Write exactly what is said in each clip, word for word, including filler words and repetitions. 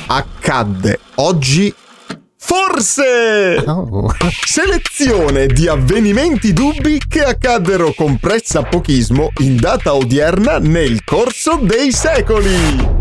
Accadde oggi, forse! Oh. Selezione di avvenimenti dubbi che accaddero con pressapochismo in data odierna nel corso dei secoli.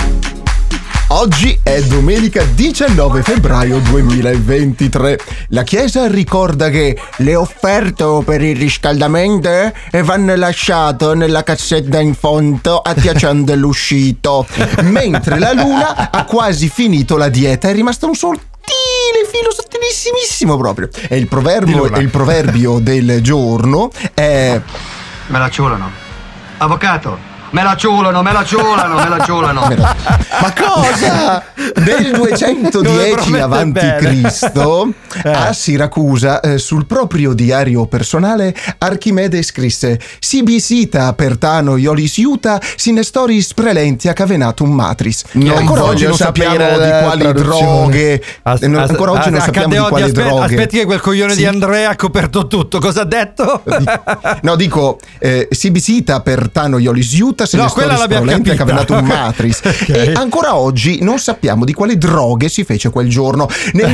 Oggi è domenica diciannove febbraio duemilaventitré. La Chiesa ricorda che le offerte per il riscaldamento vanno lasciate nella cassetta in fondo attiacendo l'uscito, mentre la Luna ha quasi finito la dieta, è rimasto un sottile filo sottilissimissimo proprio. E il proverbio, il proverbio del giorno è: me la ciulano. Avvocato, me la ciulano, me la ciulano, me la ciulano. Ma cosa? Nel duecentodieci avanti Cristo eh. a Siracusa, eh, sul proprio diario personale, Archimede scrisse: si bisita pertano iolis iuta sine storis prelentia cavenatum matris. No, ancora oggi non sappiamo di quali droghe. As- no, as- ancora oggi as- non sappiamo di quali aspe- droghe. Aspetti che quel coglione sì. di Andrea ha coperto tutto. Cosa ha detto? No, dico, eh, si bisita pertano iolis iuta sine No, storis quella l'abbiamo prelentia capita. cavenatum matris. Okay. E ancora oggi non sappiamo di quali droghe si fece quel giorno. Nel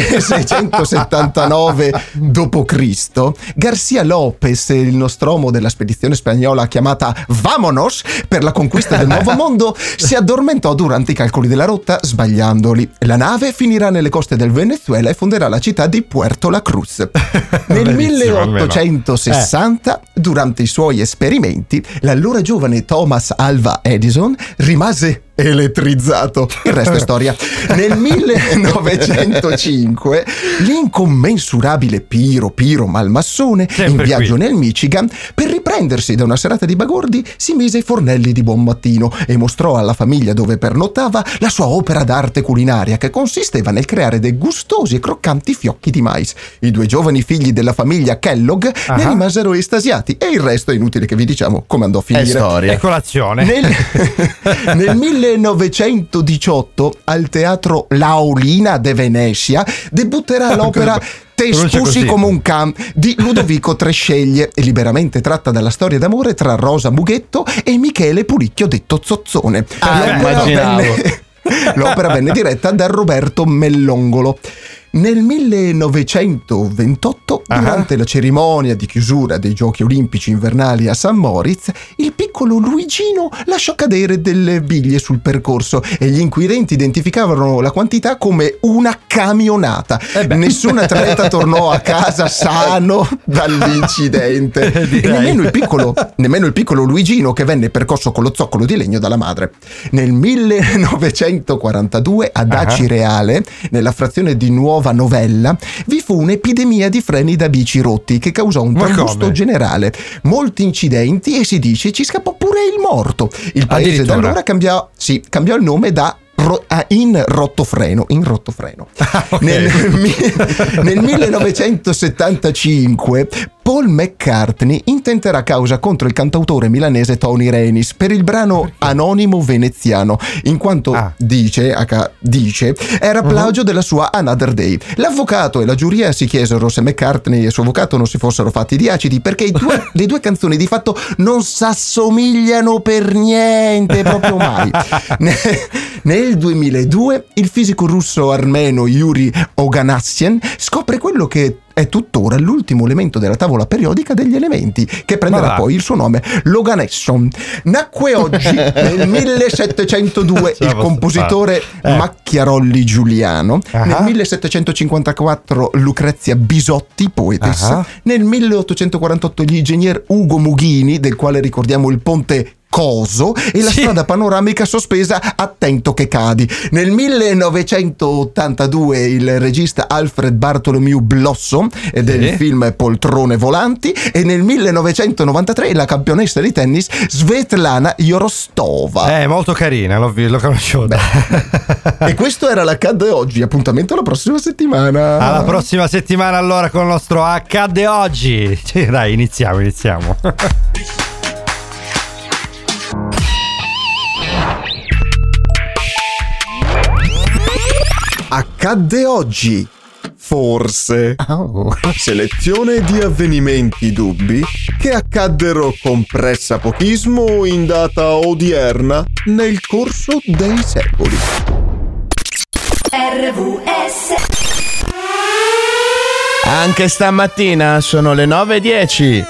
milleseicentosettantanove dopo Cristo, Garcia Lopez, il nostromo della spedizione spagnola chiamata Vámonos per la conquista del Nuovo Mondo, si addormentò durante i calcoli della rotta sbagliandoli. La nave finirà nelle coste del Venezuela e fonderà la città di Puerto La Cruz. Nel milleottocentosessanta, durante i suoi esperimenti, l'allora giovane Thomas Alva Edison rimase elettrizzato. Il resto è storia. Nel millenovecentocinque l'incommensurabile Piro Piro Malmassone, Sempre in viaggio qui. nel Michigan, per riprendersi da una serata di bagordi si mise ai fornelli di buon mattino e mostrò alla famiglia dove pernottava la sua opera d'arte culinaria, che consisteva nel creare dei gustosi e croccanti fiocchi di mais. I due giovani figli della famiglia Kellogg Ah. ne rimasero estasiati e il resto è inutile che vi diciamo come andò a finire. E colazione. Nel, nel millenovecentodiciotto al Teatro Laolina de Venezia debutterà l'opera Te Pronuncia spusi così. come un can di Ludovico Tresceglie, liberamente tratta dalla storia d'amore tra Rosa Mughetto e Michele Pulicchio detto Zozzone. Ah, L'opera immaginavo. venne, l'opera venne diretta da Roberto Mellongolo. Nel millenovecentoventotto, Ah. durante la cerimonia di chiusura dei Giochi Olimpici Invernali a San Moritz, il piccolo Luigino lasciò cadere delle biglie sul percorso e gli inquirenti identificavano la quantità come una camionata. Eh beh. Nessun atleta tornò a casa sano dall'incidente. E Direi. nemmeno il piccolo, nemmeno il piccolo Luigino, che venne percosso con lo zoccolo di legno dalla madre. Nel millenovecentoquarantadue ad Ah. Acireale, nella frazione di Nuova Novella, vi fu un'epidemia di freni da bici rotti che causò un Ma trambusto come? generale, molti incidenti e si dice ci scappò pure il morto. Il paese da Addirittura? allora cambiò, sì, cambiò il nome da Ro- ah, in rottofreno in rottofreno ok. nel, mi- nel millenovecentosettantacinque Paul McCartney intenterà causa contro il cantautore milanese Tony Renis per il brano Anonimo Veneziano, in quanto Ah. dice, H, dice era plagio della sua Another Day. L'avvocato e la giuria si chiesero se McCartney e il suo avvocato non si fossero fatti di acidi, perché i due, le due canzoni di fatto non s'assomigliano per niente, proprio mai. Ne- Nel duemiladue il fisico russo armeno Yuri Oganassian scopre quello che è tuttora l'ultimo elemento della tavola periodica degli elementi, che prenderà Ma va. poi il suo nome, Loganesson. Nacque oggi nel millesettecentodue Ce la il posso compositore fare. Eh. Macchiarolli Giuliano, Ah. nel millesettecentocinquantaquattro Lucrezia Bisotti, poetessa, Ah. nel milleottocentoquarantotto l'ingegner Ugo Mughini, del quale ricordiamo il ponte Coso, e la Sì. strada panoramica sospesa Attento che cadi. Nel millenovecentottantadue il regista Alfred Bartholomew Blossom eh, del Sì. film Poltrone volanti, e nel millenovecentonovantatré la campionessa di tennis Svetlana Yorostova. Eh, molto carina, l'ho, vi- l'ho conosciuta. E questo era l'Accadde oggi. Appuntamento la prossima settimana. Alla prossima settimana allora con il nostro Accadde oggi. Sì, dai, iniziamo, iniziamo. Accadde oggi. Forse. Oh. Selezione di avvenimenti dubbi che accaddero con pressapochismo in data odierna nel corso dei secoli. R V S. Anche stamattina sono le nove e dieci.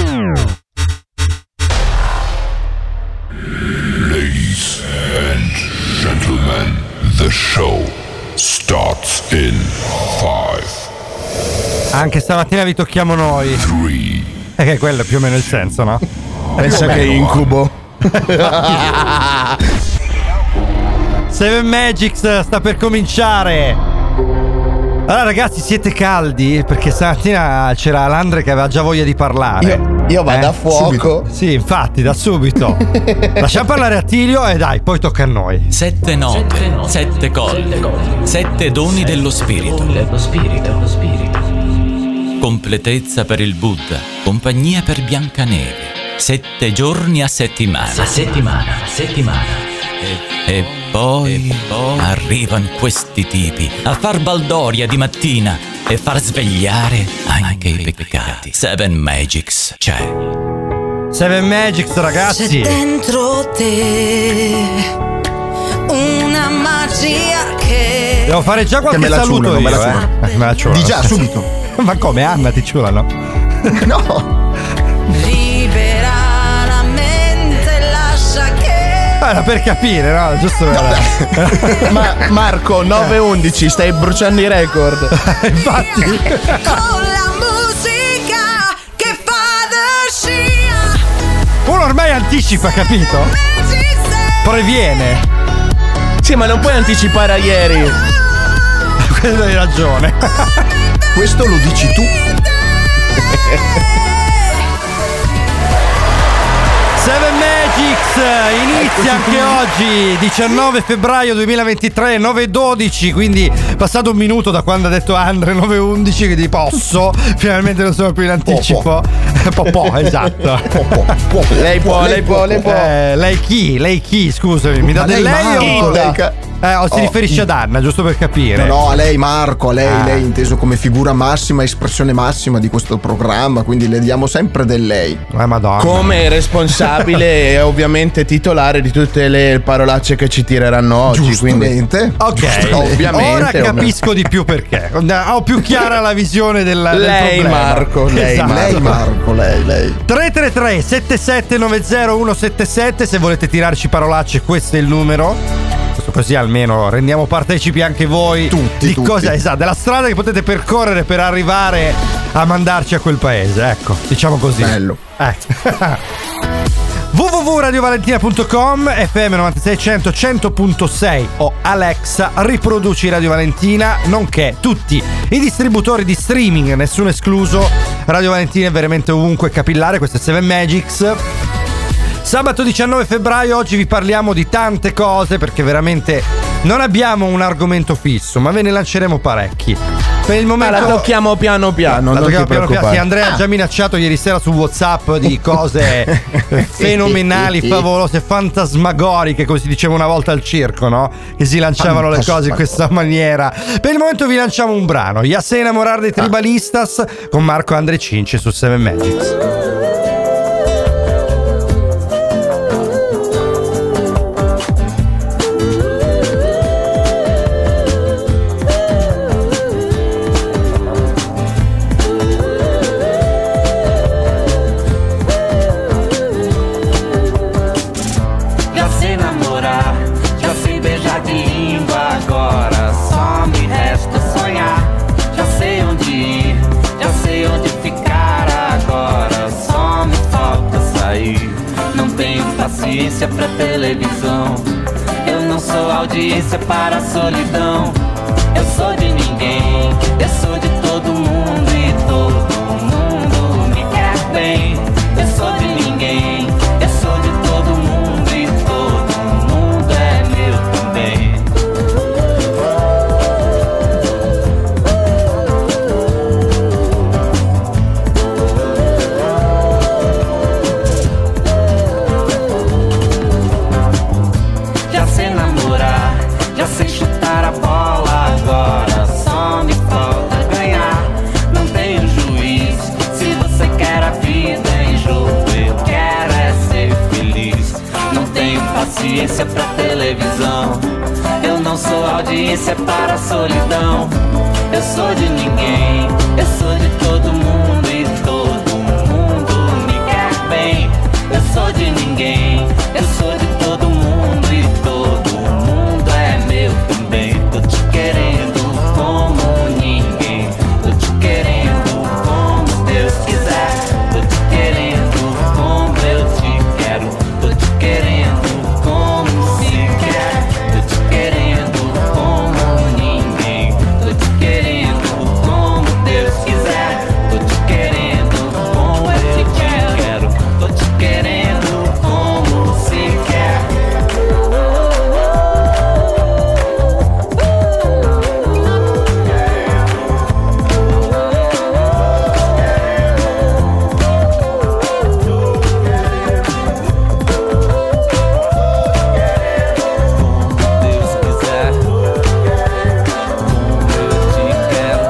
Ladies and gentlemen, the show starts in five. Anche stamattina vi tocchiamo noi. Three. E che quello è più o meno il senso, no? Pensa che incubo. Seven Magics sta per cominciare. Allora ragazzi, siete caldi? Perché stamattina c'era Landre che aveva già voglia di parlare. Io, io vado Eh? a fuoco. Subito. Sì, infatti, da subito. Lasciamo parlare Attilio e dai, poi tocca a noi. Sette note, sette colli, sette doni dello spirito. Completezza per il Buddha, compagnia per Biancaneve. Sette giorni a settimana. A settimana, a settimana. E, e poi, e poi arrivano questi tipi a far baldoria di mattina e far svegliare anche i peccati. Seven Magics c'è. Seven Magics, ragazzi. C'è dentro te una magia che Devo fare già qualche Che me la saluto ciulano, io, me la ciulano. eh. Me la ciulano. Di già, subito. Ma come, Anna, ti ciulano? No. libera la mente, lascia che Era per capire, no? Giusto per... Ma Marco, nove e undici, stai bruciando i record. Infatti. con la musica che fa da scia. Uno ormai anticipa, capito? Magic Set. Previene. Sì, ma non puoi anticipare a ieri. Quello hai ragione. Questo lo dici tu. Seven Magics inizia anche oggi, diciannove febbraio duemilaventitré, nove e dodici, quindi passato un minuto da quando ha detto Andre nove e undici, quindi posso, finalmente non sono più in anticipo. Po' po', esatto. Po, po, po, Lei può, lei può, lei può. Eh, lei chi? Lei chi? Scusami, mi dà Ma del lei lei Marco, o... lei ca- Eh, o si Oh, riferisce ad Anna, giusto per capire. No, no, a lei Marco, a lei, Ah. lei inteso come figura massima, espressione massima di questo programma, quindi le diamo sempre del lei. Eh, madonna. Come responsabile e ovviamente titolare di tutte le parolacce che ci tireranno oggi. Quindi, Giustamente. Ok, Giustamente. ovviamente. ora capisco di più perché. Ho più chiara la visione del, del Lei, problema. Marco, lei, Esatto. Lei Marco, lei, lei. tre tre tre sette sette nove zero uno sette sette, se volete tirarci parolacce questo è il numero. Così almeno rendiamo partecipi anche voi Tutti, di tutti. cosa esatto, della strada che potete percorrere per arrivare a mandarci a quel paese, ecco, diciamo così. Bello. Eh. w w w punto radio valentina punto com, F M novantasei cento cento punto sei o Alexa, riproduci Radio Valentina, nonché tutti i distributori di streaming, nessuno escluso. Radio Valentina è veramente ovunque capillare, questo è Seven Magics. Sabato diciannove febbraio, oggi vi parliamo di tante cose perché veramente non abbiamo un argomento fisso, ma ve ne lanceremo parecchi. Per il ma momento la tocchiamo piano piano, la non ti tocchiamo piano piano. Sì, preoccupare. Andrea ha già minacciato ieri sera su WhatsApp di cose fenomenali, favolose, fantasmagoriche, come si diceva una volta al circo, no? Che si lanciavano le cose in questa maniera. Per il momento vi lanciamo un brano, Ya sé enamorar de Tribalistas con Marco Andre Cinci su Seven Magics. Já sei namorar, já sei beijar de língua. Agora só me resta sonhar. Já sei onde ir, já sei onde ficar. Agora só me falta sair. Não tenho paciência pra televisão. Eu não sou audiência para a solidão. Eu sou de ninguém, eu sou de todo mundo e todo mundo me quer bem. Eu sou de ninguém, eu sou de todo mundo e todo mundo é meu também. Já sei namorar, já sei chutar a bola. Agora só me falta ganhar. Não tenho juiz, se você quer a vida em jogo, eu quero é ser feliz. Não tenho paciência pra televisão. Eu não sou audiência para a solidão. Eu sou de ninguém, eu sou de todo mundo e todo mundo me quer bem. Eu sou de ninguém, eu sou de todo mundo e todo mundo é meu também. Tô te querendo como ninguém, tô te querendo como Deus quiser. Tô te querendo como eu te quero, tô te querendo como se quer. Tô te querendo como ninguém, tô te querendo como Deus quiser. Tô te querendo como eu te quero, tô te querendo como se quer. Deus quiser, como eu te quero.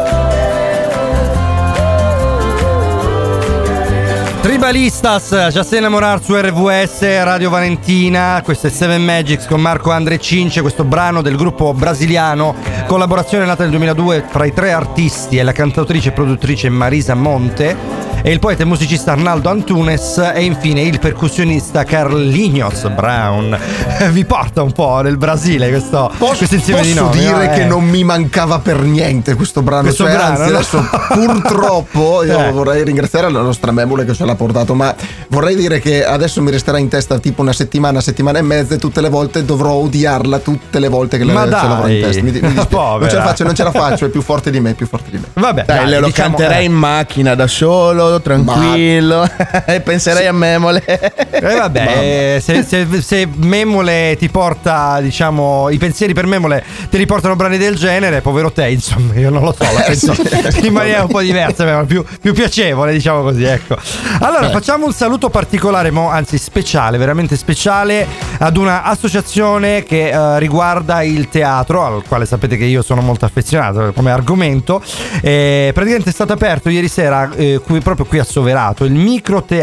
Tribalistas, già sei innamorar su R V S Radio Valentina. Questo è Seven Magics con Marco Andre Cince, questo brano del gruppo brasiliano, collaborazione nata nel duemiladue tra i tre artisti e la cantautrice e produttrice Marisa Monte e il poeta e musicista Arnaldo Antunes e infine il percussionista Carlinhos Brown. Vi porta un po' nel Brasile questo, Posso, questo insieme posso di nomi, dire no? che Eh. non mi mancava per niente questo brano, Questo cioè, brano, anzi no? adesso purtroppo io Eh. vorrei ringraziare la nostra Memole che ce l'ha portato, ma vorrei dire che adesso mi resterà in testa tipo una settimana, settimana e mezza e tutte le volte dovrò odiarla tutte le volte che la, Ma ce l'avrò in dai. testa. Mi, mi dispiace. Povera. non ce la faccio, non ce la faccio, è più forte di me, è più forte di me. Vabbè, Dai, le lo diciamo, canterei eh. in macchina da solo, tranquillo. E penserei a Memole. Eh vabbè, eh, se, se, se Memole ti porta, diciamo, i pensieri per Memole ti riportano brani del genere, povero te, insomma, io non lo so, la penso in maniera un po' diversa, più, più piacevole, diciamo così, ecco. Allora, Eh. facciamo un saluto particolare, mo, anzi speciale, veramente speciale, ad una associazione che eh, riguarda il teatro, al quale sapete che io sono molto affezionato come argomento. Eh, praticamente è stato aperto ieri sera, eh, qui, proprio qui a Soverato, il microteatro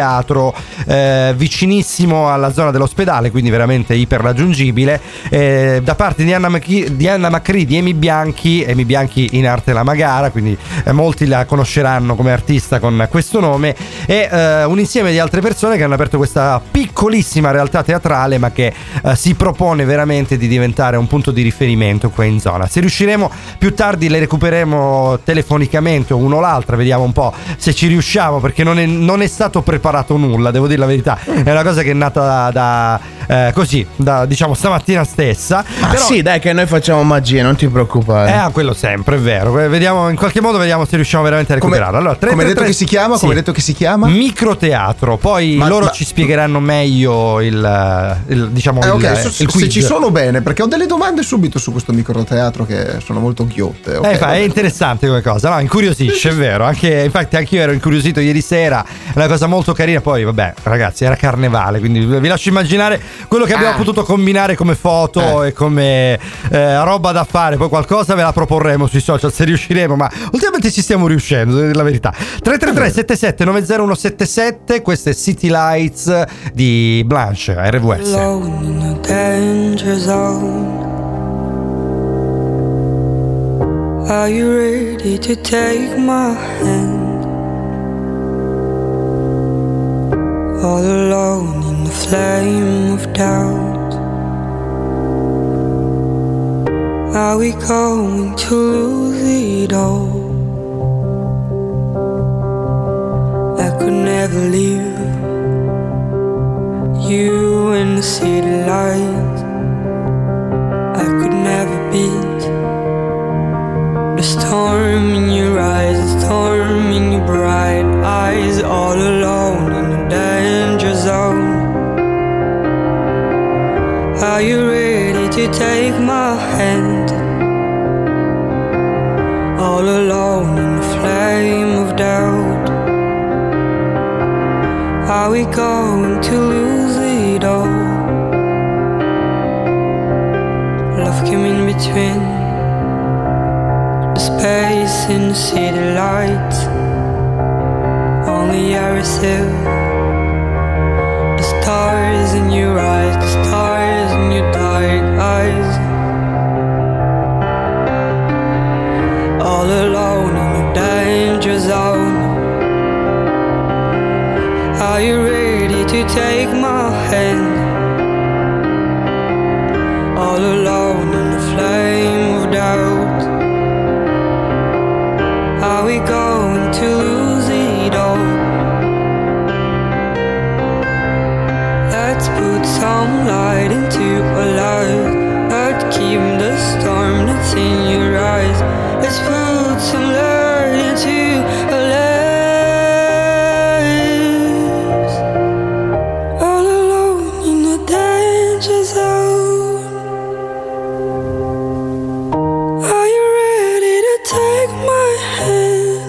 eh, vicinissimo alla zona dell'ospedale, quindi veramente iper raggiungibile, eh, da parte di Anna, Macri, di Anna Macri, di Emi Bianchi, Emi Bianchi in arte La Magara, quindi eh, molti la conosceranno come artista con questo nome, e eh, un insieme di altre persone che hanno aperto questa piccolissima realtà teatrale, ma che eh, si propone veramente di diventare un punto di riferimento qua in zona. Se riusciremo più tardi le recupereremo telefonicamente o uno o l'altra, vediamo un po' se ci riusciamo, perché non è, non è stato preparato nulla, devo dire la verità, è una cosa che è nata da, da eh, così, da diciamo stamattina stessa. Ma Però, sì, dai, che noi facciamo magie, non ti preoccupare. eh, quello sempre, è vero. Vediamo, in qualche modo vediamo se riusciamo veramente a Come, recuperarlo. Allora, tre, come tre, hai detto tre, che si chiama? sì. Come hai detto che si chiama? Microteatro, poi Ma- loro ma- ci spiegheranno meglio il, il diciamo Eh, il, ok, il se, se quiz. ci sono bene, perché ho delle domande subito su questo microteatro che sono molto ghiotte. ok, Eh, fa, è vabbè. interessante come cosa, no? Incuriosisce, è vero. Anche, infatti, anche io ero incuriosito ieri sera. È una cosa molto carina. Poi, vabbè, ragazzi, era carnevale, quindi vi lascio immaginare quello che abbiamo Ah. potuto combinare come foto Eh. e come eh, roba da fare. Poi qualcosa ve la proporremo sui social se riusciremo. Ma ultimamente ci stiamo riuscendo, devo dire la verità. tre tre tre sette sette nove zero uno sette sette. Questo è City Lights di Blanche R V S. Alone in a danger zone. Are you ready to take my hand? All alone in the flame of doubt. Are we going to lose it all? I could never leave you in the city lights. I could never beat the storm in your eyes, the storm in your bright eyes. All alone in a danger zone. Are you ready to take my hand? All alone in the flame of doubt. Are we going to lose it all? Love came in between the space and the city lights. Only I receive the stars in your eyes, the stars in your dark eyes. some light into our lives. I'd keep the storm that's in your eyes. Let's put some light into our lives. All alone in the danger zone. Are you ready to take my hand?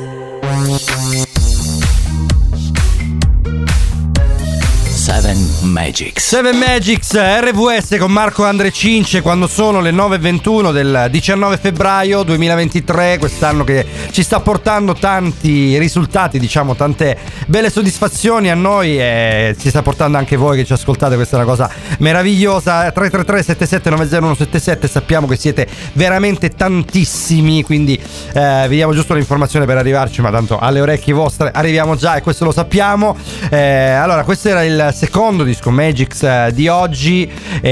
Seven Magics. Seven Magics, R V S con Marco Andre Cince, quando sono le nove e ventuno del diciannove febbraio duemilaventitré, quest'anno che ci sta portando tanti risultati, diciamo tante belle soddisfazioni a noi, e ci sta portando anche voi che ci ascoltate, questa è una cosa meravigliosa. Tre tre tre sette sette nove zero uno sette sette, sappiamo che siete veramente tantissimi, quindi eh, vi diamo giusto l'informazione per arrivarci, ma tanto alle orecchie vostre arriviamo già, e questo lo sappiamo. Eh, allora, questo era il secondo disco Magics eh, di oggi,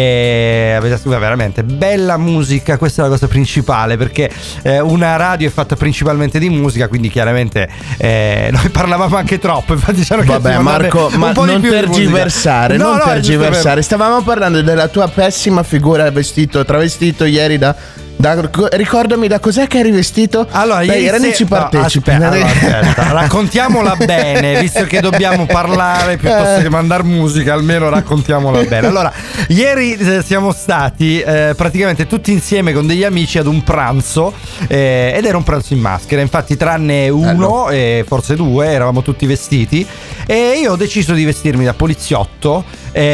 e veramente bella musica, questa è la cosa principale, perché eh, una radio è fatta principalmente di musica, quindi chiaramente eh, noi parlavamo anche troppo, infatti diciamo che vabbè Marco, ma non tergiversare, no, non no, tergiversare, stavamo parlando della tua pessima figura vestito travestito ieri da Da, ricordami da cos'è che eri vestito? Allora, Dai, ieri se... ci partecipi. No, allora, aspetta, raccontiamola bene, visto che dobbiamo parlare piuttosto che mandare musica, almeno raccontiamola bene. Allora, ieri eh, siamo stati eh, praticamente tutti insieme con degli amici ad un pranzo, eh, ed era un pranzo in maschera, infatti tranne uno e forse due eravamo tutti vestiti, e io ho deciso di vestirmi da poliziotto.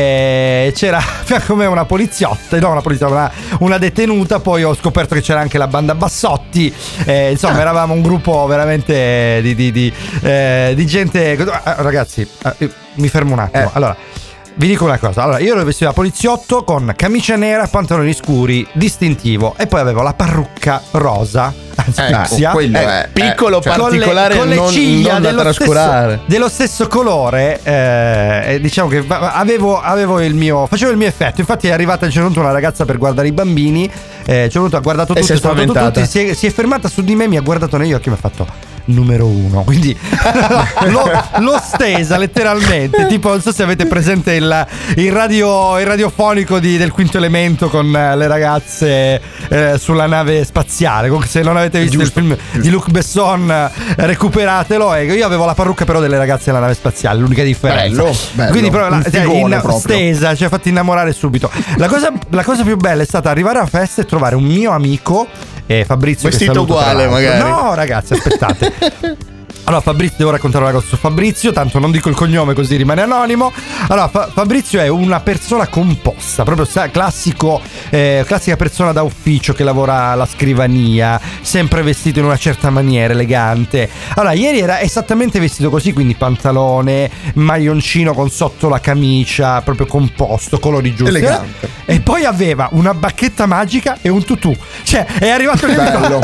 E c'era come una poliziotta, no, una poliziotta, una, una detenuta. Poi ho scoperto che c'era anche la banda Bassotti, eh, insomma eravamo un gruppo veramente di, di, di, eh, di gente. Ah, ragazzi, eh, mi fermo un attimo. Eh. Allora, vi dico una cosa. Allora, io ero vestito da poliziotto con camicia nera, pantaloni scuri, distintivo, e poi avevo la parrucca rosa, anzi ecco, fucsia, quello è piccolo, cioè, particolare, con le, con le non, ciglia non da dello trascurare, stesso, dello stesso colore, eh, diciamo che avevo, avevo il mio, facevo il mio effetto. Infatti è arrivata a un certo punto una ragazza per guardare i bambini, eh, ci è venuto, ha guardato tutti, si è spaventata. tutti, si, è, si è fermata su di me, mi ha guardato negli occhi e mi ha fatto numero uno, quindi l'ho, l'ho stesa letteralmente, tipo non so se avete presente il, il radio il radiofonico di, del Quinto Elemento con le ragazze eh, sulla nave spaziale. Comunque, se non avete visto giusto, il film giusto. di Luc Besson, recuperatelo. E io avevo la parrucca però delle ragazze della nave spaziale, l'unica differenza. Bello, bello. Quindi però la, cioè, in, proprio. stesa, ci ha fatto innamorare subito. La cosa, la cosa più bella è stata arrivare alla festa e trovare un mio amico, eh, Fabrizio, vestito che saluto, uguale magari. No ragazzi, aspettate. Allora, Fabrizio, devo raccontare una cosa su Fabrizio, tanto non dico il cognome così rimane anonimo. Allora, Fa- Fabrizio è una persona composta, proprio sa- classico, eh, classica persona da ufficio che lavora alla scrivania, sempre vestito in una certa maniera, elegante. Allora, ieri era esattamente vestito così, quindi pantalone, maglioncino con sotto la camicia, proprio composto, colori giusti. Elegante. E poi aveva una bacchetta magica e un tutù. Cioè, è arrivato lì. Bello.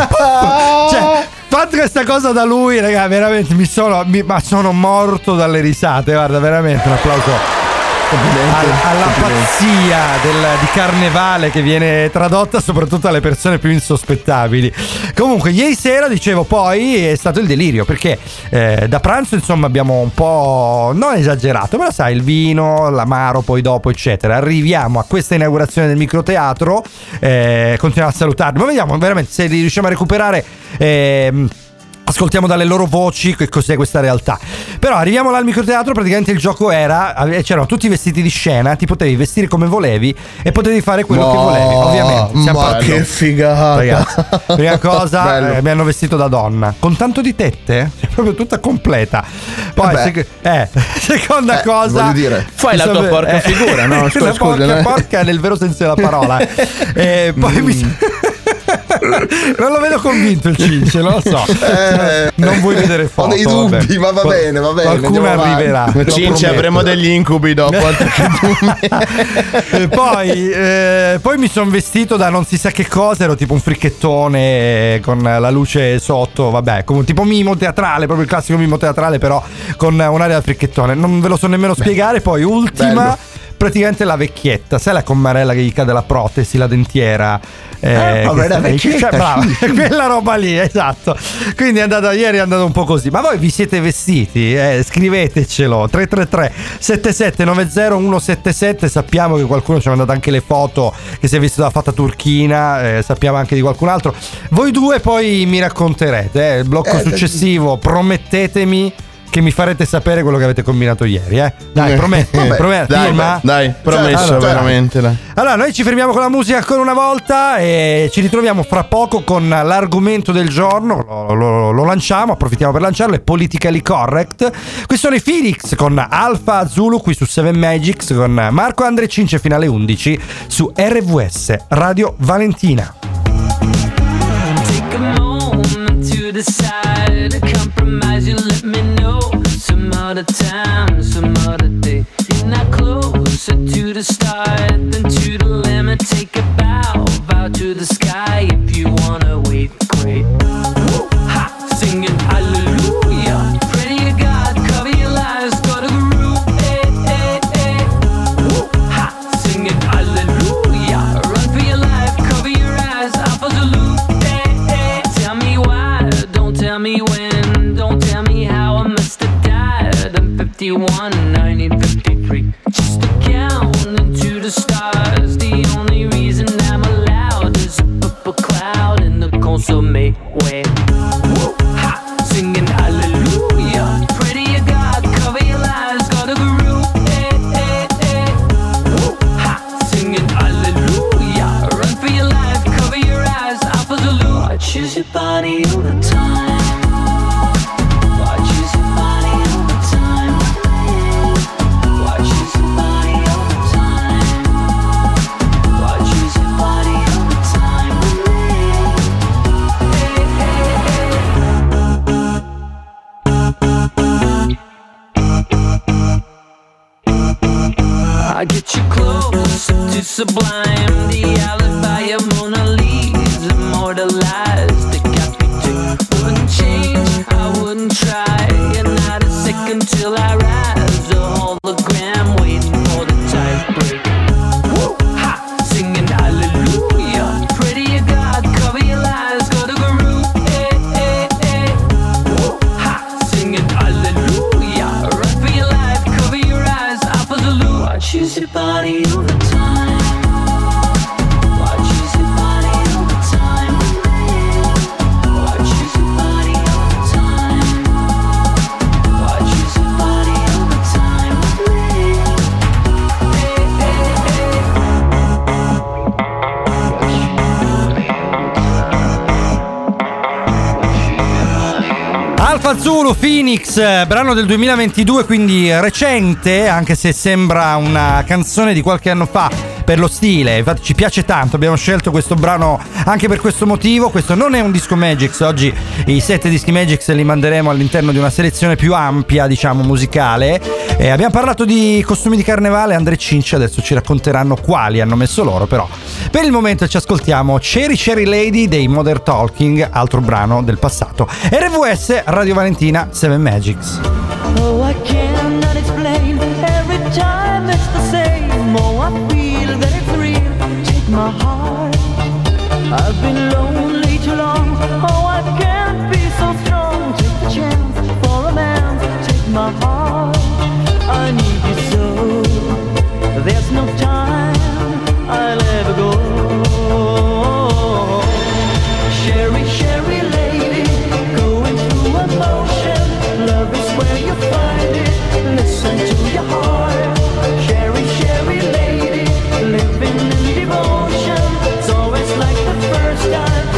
Cioè, fatto questa cosa da lui, raga, veramente mi sono, mi, ma sono morto dalle risate. Guarda, veramente un applauso All, alla pazzia del, di carnevale che viene tradotta soprattutto alle persone più insospettabili. Comunque, ieri sera, dicevo, poi è stato il delirio, perché eh, da pranzo insomma abbiamo un po' non esagerato, però sai, il vino, l'amaro poi dopo eccetera. Arriviamo a questa inaugurazione del microteatro, eh, continuiamo a salutarli, ma vediamo veramente se riusciamo a recuperare. Eh, Ascoltiamo dalle loro voci che cos'è questa realtà. Però arriviamo là al microteatro, praticamente il gioco era, c'erano tutti vestiti di scena, ti potevi vestire come volevi e potevi fare quello ma, che volevi, ovviamente. Ma parlando. che figata. Ragazzi, prima cosa, eh, mi hanno vestito da donna, con tanto di tette, proprio tutta completa. Poi, sec- eh, seconda eh, cosa, voglio dire, fai la tua so, porca eh, figura, no? Scusa, la scusa, porca, eh. porca nel vero senso della parola. E poi mm. mi non lo vedo convinto il Cince, non lo so. Eh, non vuoi vedere foto? Ho dei dubbi, vabbè. ma va bene, va bene. Qualcuno arriverà. Cince, avremo degli incubi dopo. E poi, eh, poi mi sono vestito da non si sa che cosa, ero tipo un fricchettone con la luce sotto, vabbè, come tipo mimo teatrale, proprio il classico mimo teatrale, però con un'area da fricchettone. Non ve lo so nemmeno Beh, spiegare. Poi ultima. Bello. praticamente la vecchietta, sai la commarella che gli cade la protesi, la dentiera. Eh, Eh, povera che- vecchietta, cioè, brava, sì, sì. quella roba lì, esatto. Quindi è andata ieri, è andato un po' così. Ma voi vi siete vestiti? Eh, scrivetecelo tre tre tre sette sette nove zero uno sette sette. Sappiamo che qualcuno ci ha mandato anche le foto che si è vestito da fatta turchina. Eh, sappiamo anche di qualcun altro. Voi due poi mi racconterete. Eh, il blocco Eh, successivo, promettetemi che mi farete sapere quello che avete combinato ieri, eh? Dai, prometto, Vabbè, prometto, dai, firma? dai, promesso, Allora, veramente. Dai. allora, noi ci fermiamo con la musica ancora una volta e ci ritroviamo fra poco con l'argomento del giorno. Lo, lo- lo lanciamo, approfittiamo per lanciarlo. È Politically Correct. Qui sono i Phoenix con Alpha Zulu qui su Seven Magics con Marco Andre Cince fino alle undici su R V S Radio Valentina. Take a moment to decide. Compromise, you let me know. Some other time, some other day. You're not closer to the start than to the limit. Take a bow, bow to the sky. If you wanna wait, great. Woo! Ha! Singing hallelujah. Pray to God, cover your lives, go to the roof. Hey, hey, hey. Woo! Ha! Singing hallelujah. Run for your life, cover your eyes. Alpha Zulu. Hey, hey. Tell me why, don't tell me when. Don't tell me how I must have died. I'm fifty-one, nineteen fifty-three. Just to count into the stars. The only reason I'm allowed is up a cloud in the consomme way. Woo! Ha! Singing hallelujah. Pray to your God, cover your lives, go to the roof. Hey, hey, hey. Woo! Ha! Singing hallelujah. Run for your life, cover your eyes. Alpha Zulu. I choose your body all the time. I choose your body all the time. I choose your body all the time. I choose your body all the time. Hey, I get you close to sublime. The alibi of Mona Lisa immortalized. Decapitate. Wouldn't change, I wouldn't try. And not a second till I rise. A hologram waiting for the type break. Woo! Ha! Singing hallelujah. Pray to your God, cover your lies, go to the roof. Hey, hey, hey. Woo! Ha! Singing hallelujah. Run for your life, cover your eyes. Alpha Zulu. I choose your body all the time. I choose your body all the time. I choose your body all the time. I choose your body all the time. Hey, hey, Alpha Zulu Phoenix, eh, brano del duemilaventidue, quindi recente, anche se sembra una canzone di qualche anno fa per lo stile. Infatti ci piace tanto, abbiamo scelto questo brano anche per questo motivo. Questo non è un disco Magix, oggi i sette dischi Magix li manderemo all'interno di una selezione più ampia, diciamo musicale. E abbiamo parlato di costumi di carnevale. Andre Cinci adesso ci racconteranno quali hanno messo loro, però per il momento ci ascoltiamo Cherry Cherry Lady dei Modern Talking, altro brano del passato. R V S Radio Valentina, Seven Magics. Oh, I cannot explain. Every time it's the same. Oh, I feel that it's real. Take my heart. I've been lonely too long. Oh, I can't be so strong. Take the chance for a man. Take my heart. I need you so. There's no time I'll ever go. Sherry, Sherry lady, going through emotion. Love is where you find it. Listen to your heart. Sherry, Sherry lady, living in devotion. It's always like the first time.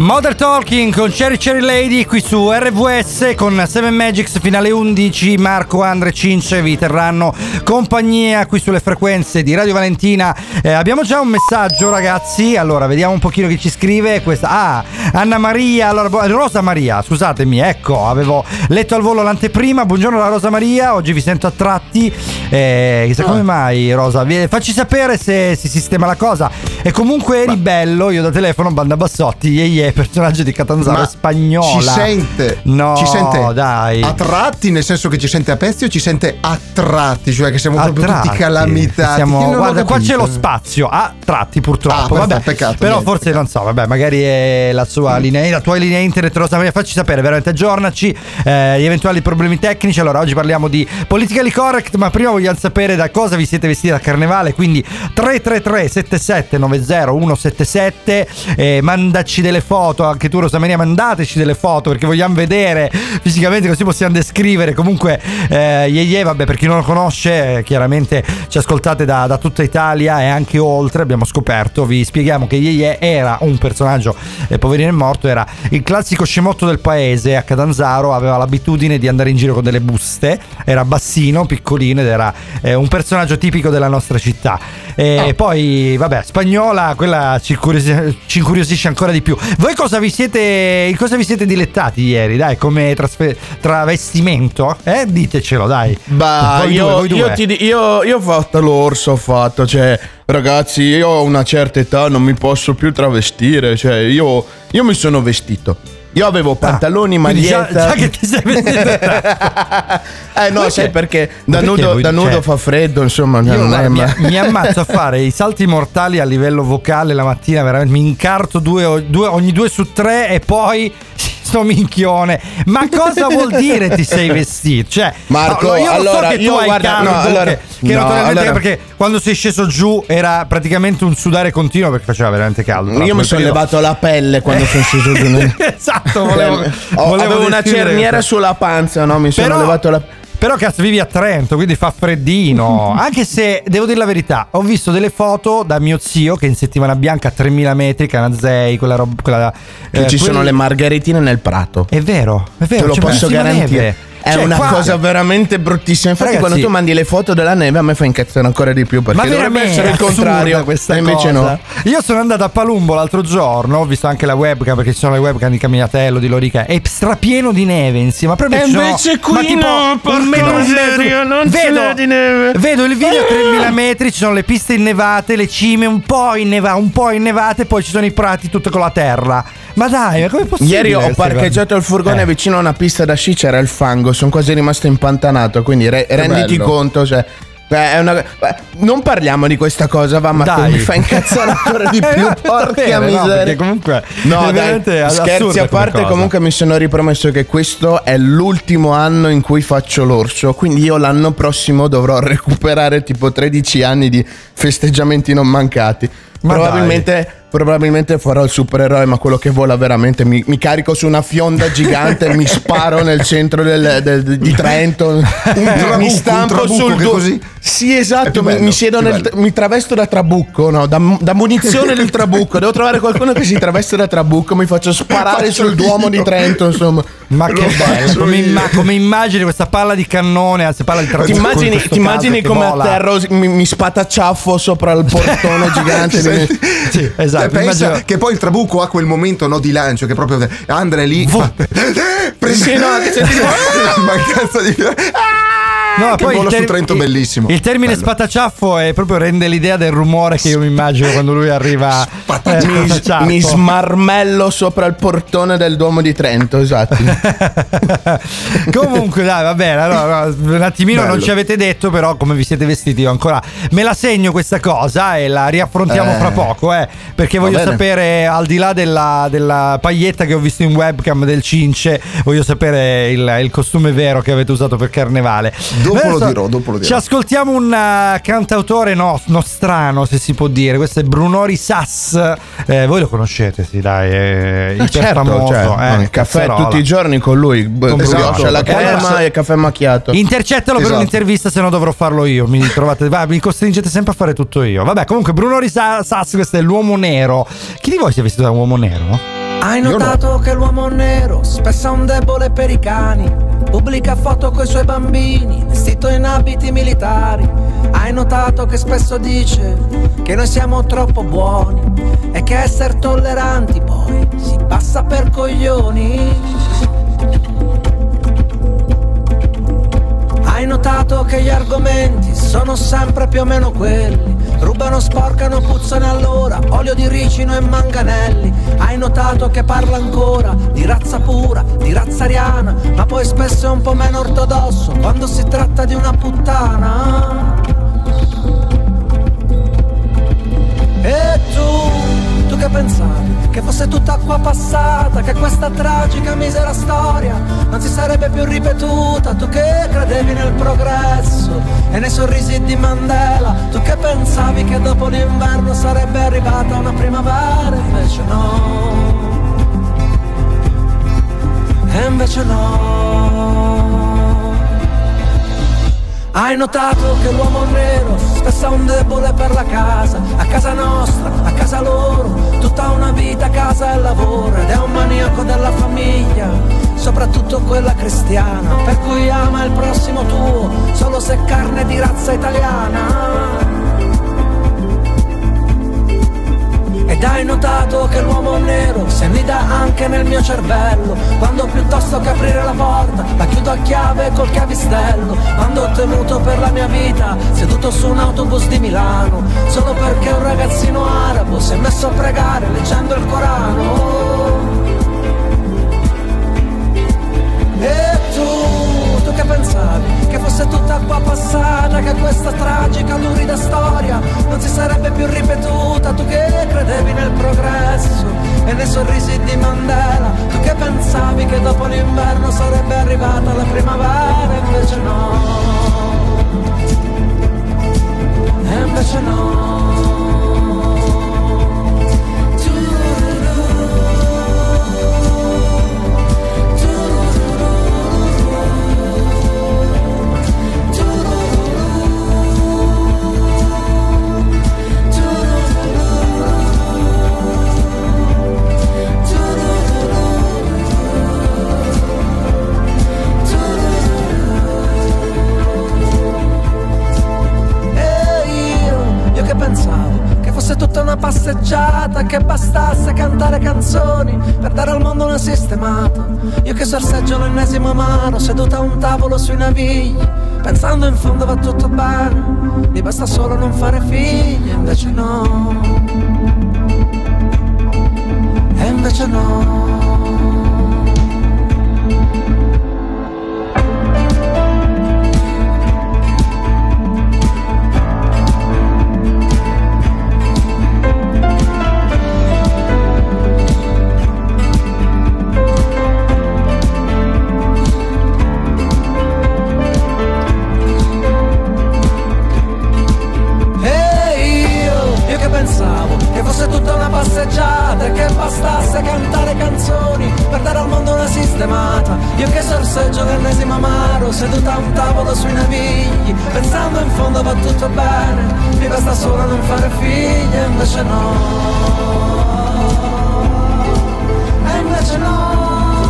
Modern Talking con Cherry Cherry Lady qui su R V S con Seven Magics fino alle undici. Marco, Andre, Cince vi terranno compagnia qui sulle frequenze di Radio Valentina. Eh, abbiamo già un messaggio, ragazzi. Allora, vediamo un pochino chi ci scrive. Questa, ah, Anna Maria, allora, Rosa Maria, scusatemi, ecco, avevo letto al volo l'anteprima. Buongiorno la Rosa Maria, oggi vi sento a tratti. Eh, chissà come mai, Rosa, facci sapere se si sistema la cosa. E comunque eri bello, io da telefono, Banda Bassotti, ye ye, personaggio di Catanzaro Ma spagnola. Ci sente? No, ci sente dai. a tratti, nel senso che ci sente a pezzi, o ci sente a tratti, cioè che siamo A proprio tratti. tutti calamitati? Siamo, Io non ho guarda, qua capito. c'è lo spazio a tratti, purtroppo. Ah, vabbè, perfetto, peccato, però niente, forse peccato. non so, vabbè, magari è la sua linea, la tua linea internet, Rosa Maria, facci sapere, veramente aggiornaci eh, gli eventuali problemi tecnici. Allora, oggi parliamo di politically correct, ma prima vogliamo sapere da cosa vi siete vestiti da carnevale, quindi tre tre tre sette sette nove zero uno sette sette, eh, mandaci delle foto, anche tu Rosa Maria, mandateci delle foto perché vogliamo vedere fisicamente, così possiamo descrivere. Comunque eh, Ye Ye, vabbè, per chi non lo conosce, eh, chiaramente ci ascoltate da, da tutta Italia e anche oltre, abbiamo scoperto, vi spieghiamo che Ye Ye era un personaggio, eh, poverino è morto, era il classico scemotto del paese a Catanzaro, aveva l'abitudine di andare in giro con delle buste, era bassino, piccolino ed era eh, un personaggio tipico della nostra città. E Oh. poi vabbè, spagnola, quella ci, incuriosi- ci incuriosisce ancora di più. Voi cosa vi siete in cosa vi siete dilettati ieri, dai, come trasfe- travestimento? Eh, ditecelo, dai. Bah, Voi io, due, voi due. io, ti, di- io, io ho fatto l'orso, ho fatto, cioè, ragazzi, io ho una certa età, non mi posso più travestire, cioè, io, io mi sono vestito. Io avevo pantaloni, Quindi già, maglietta. già che ti sei vestito. eh no, Perché? sai perché da Perché nudo, voi- da nudo cioè, fa freddo, insomma, Io non guarda, è mi, ma- mi ammazzo a fare i salti mortali a livello vocale la mattina, veramente mi incarto due, due, ogni due su tre e poi sto minchione. Ma cosa vuol dire ti sei vestito? Cioè, Marco, no, io lo allora, so che tu io hai guarda, caldo, no, allora- che, che no, notoriamente- allora- perché quando sei sceso giù era praticamente un sudare continuo perché faceva veramente caldo. Tra Io mi quel sono periodo. levato la pelle quando sono sceso giù. Esatto, volevo, Ho- volevo avevo una descrivere cerniera questo. sulla panza, no? Mi sono Però- levato la. Però cazzo, vivi a Trento, quindi fa freddino. Anche se devo dire la verità, ho visto delle foto da mio zio che in settimana bianca a tremila metri, Canazei, quella roba, quella, Che eh, ci sono quelli- le margheritine nel prato. È vero, è vero. Te lo c'è posso bellissima garantire. neve. È Cioè, una qua- cosa veramente bruttissima. Infatti, Ragazzi, quando tu mandi le foto della neve, a me fa incazzare ancora di più. Perché Ma dovrebbe veramente essere il è assurda contrario. questa e invece cosa. no. Io sono andato a Palumbo l'altro giorno, ho visto anche la webcam perché ci sono le webcam di Camignatello, di Lorica, è strapieno di neve insieme. Ma proprio E ci sono- invece qui ma tipo no, porca un metro e miseria, mezzo. non ce n'è di neve. Vedo il video a tremila metri, ci sono le piste innevate, le cime un po' innevate, un po' innevate, poi ci sono i prati tutte con la terra. Ma dai, ma come possibile? Ieri ho queste parcheggiato cose? il furgone Eh. vicino a una pista da sci, c'era il fango, sono quasi rimasto impantanato, quindi re- renditi bello. conto, cioè, beh, è una, beh, non parliamo di questa cosa, va, ma Dai. mi fa incazzare ancora di più, Eh, porca davvero, no, miseria. perché comunque No, è dai, veramente assurda scherzi a come parte, cosa. comunque mi sono ripromesso che questo è l'ultimo anno in cui faccio l'orso, quindi io l'anno prossimo dovrò recuperare tipo tredici anni di festeggiamenti non mancati. Ma Probabilmente, probabilmente farò il supereroe, ma quello che vola veramente mi, mi carico su una fionda gigante e mi sparo nel centro del, del- di Trento, un, trabucco, mi un stampo trabucco sul che du- così- Sì, È esatto, più mi, bello, mi siedo più nel, bello. mi travesto da trabucco, no, da, da munizione del trabucco. Devo trovare qualcuno che si traveste da trabucco, mi faccio sparare Faccio sul Duomo di io. Trento, insomma. Ma che Lo bello, faccio come, io. imma- come immagini questa palla di cannone, anzi palla di Ti trabucco in immagini, questo ti immagini caso che come vola. atterro, mi, mi spatacciaffo sopra il portone gigante. Senti, Sì, esatto, cioè, pensa immagino- che poi il trabucco ha quel momento, no, di lancio che proprio Andre è lì Vo- fa- prende Sì, no, che senti- mancanza di No, che poi il volo su ter- Trento il- bellissimo. Il termine Bello. spatacciaffo è proprio rende l'idea del rumore che io mi immagino quando lui arriva. Spatacciaffo. eh, mi, spatacciaffo. mi smarmello sopra il portone del Duomo di Trento, esatto. Comunque dai, va bene, allora, un attimino Bello. non ci avete detto però come vi siete vestiti. Io ancora me la segno questa cosa e la riaffrontiamo Eh. fra poco, eh, perché voglio bene. sapere, al di là della, della paglietta che ho visto in webcam del Cince, voglio sapere il, il costume vero che avete usato per carnevale. Dopo Adesso lo dirò, dopo lo Ci dirò. ascoltiamo un uh, cantautore no, nostrano, se si può dire. Questo è Brunori Sass. Eh, voi lo conoscete, sì, dai, è iper certo, famoso. cioè, eh, il caffè cazzarola. tutti i giorni con lui, b- Esatto. brioche alla E crema adesso- e caffè macchiato. Intercettalo per Esatto. un'intervista, se no dovrò farlo io. Mi trovate, va, mi costringete sempre a fare tutto io. Vabbè, comunque, Bruno Risa- Sass, questo è l'uomo nero. Chi di voi si è vestito da uomo nero? Hai notato che l'uomo nero spesso è un debole per i cani, pubblica foto coi suoi bambini vestito in abiti militari. Hai notato che spesso dice che noi siamo troppo buoni e che essere tolleranti poi si passa per coglioni. Hai notato che gli argomenti sono sempre più o meno quelli: rubano, sporcano, puzzano allora, olio di ricino e manganelli. Hai notato che parla ancora di razza pura, di razza ariana, ma poi spesso è un po' meno ortodosso quando si tratta di una puttana. E tu, tu che pensavi che fosse tutta acqua passata, che questa tragica misera storia non si sarebbe più ripetuta? Tu che credevi nel progresso e nei sorrisi di Mandela, tu che pensavi che dopo l'inverno sarebbe arrivata una primavera, invece no, e invece no. Hai notato che l'uomo nero spesso è un debole per la casa, a casa nostra, a casa loro, tutta una vita a casa e lavoro, ed è un maniaco della famiglia, soprattutto quella cristiana, per cui ama il prossimo tuo solo se carne di razza italiana. Ed hai notato che l'uomo nero si annida anche nel mio cervello, quando piuttosto che aprire la porta la chiudo a chiave col chiavistello, quando ho temuto per la mia vita seduto su un autobus di Milano, solo perché un ragazzino arabo si è messo a pregare leggendo il Corano. E tu, tu che pensavi che fosse tutta acqua passata, che questa tragica, lurida storia non si sarebbe più ripetuta? Tu che credevi nel progresso e nei sorrisi di Mandela, tu che pensavi che dopo l'inverno sarebbe arrivata la primavera, invece no, e invece no. Tutta una passeggiata, che bastasse cantare canzoni per dare al mondo una sistemata. Io che sorseggio l'ennesimo amaro seduta a un tavolo sui navigli, pensando in fondo va tutto bene, mi basta solo non fare figli, invece no, e invece no. Che bastasse cantare canzoni per dare al mondo una sistemata. Io che sorseggio l'ennesimo amaro seduta a un tavolo sui navigli, pensando in fondo va tutto bene, mi basta solo non fare figli, e invece no, e invece no.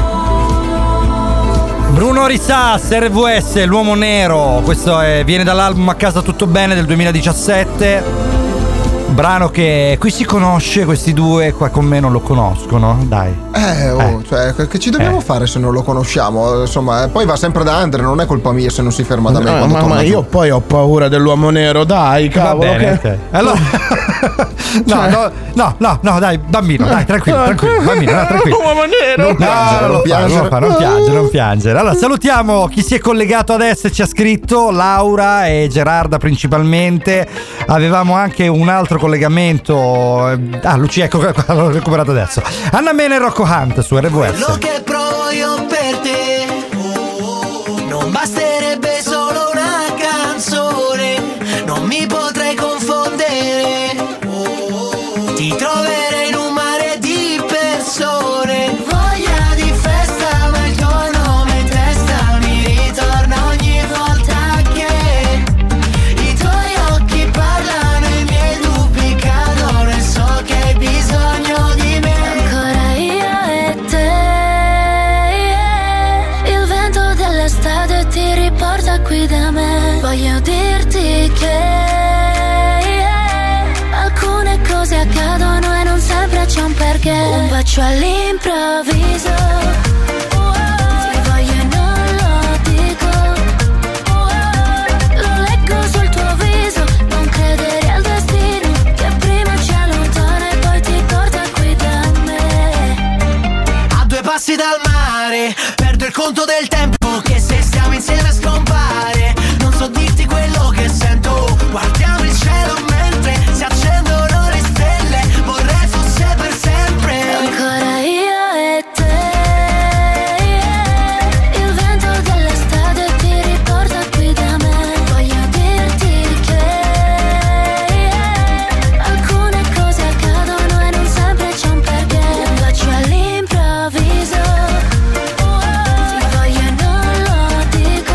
Bruno Risas, R V S, l'uomo nero. Questo è, viene dall'album A casa tutto bene del duemiladiciassette. Brano che qui si conosce, questi due qua con me non lo conoscono, dai. Eh, oh, eh. Cioè, che ci dobbiamo eh. fare se non lo conosciamo? Insomma, poi va sempre da Andre, non è colpa mia se non si ferma da me. No, ma, ma io poi ho paura dell'uomo nero, dai, cavolo. Va bene, che... allora no, cioè... no, no, no, no, dai, bambino, dai, tranquillo, tranquillo, bambino, no, tranquillo. Uomo nero. Non piangere, no, non, piangere. Fa, non piangere, non piangere. Allora, salutiamo chi si è collegato adesso e ci ha scritto, Laura e Gerarda principalmente. Avevamo anche un altro collegamento. Ah, Lucia, ecco, l'ho recuperato adesso. Anna Mena e Rocco Hunt su R V S. Quello che provo io per te non basterebbe solo una canzone, non mi potrei confondere, ti troverei in un mare di persone. Voglia di festa, ma il tuo nome in testa mi ritorna ogni volta che i tuoi occhi parlano, i miei dubbi cadono e so che hai bisogno di me. Ancora ti riporta qui da me. Voglio dirti che alcune cose accadono e non sempre c'è un perché. Un bacio all'improvviso, ti voglio e non lo dico, lo leggo sul tuo viso. Non credere al destino che prima ci allontana e poi ti porta qui da me. A due passi dal mare, perdo il conto del tempo che se stiamo insieme scompare. Non so dirti quello che sento, guardiamo il cielo mentre si accendono le stelle. Vorrei fosse per sempre. Ancora io e te, il vento dell'estate ti riporta qui da me. Voglio dirti che alcune cose accadono e non sempre c'è un perché. Un bacio all'improvviso, ti voglio e non lo dico,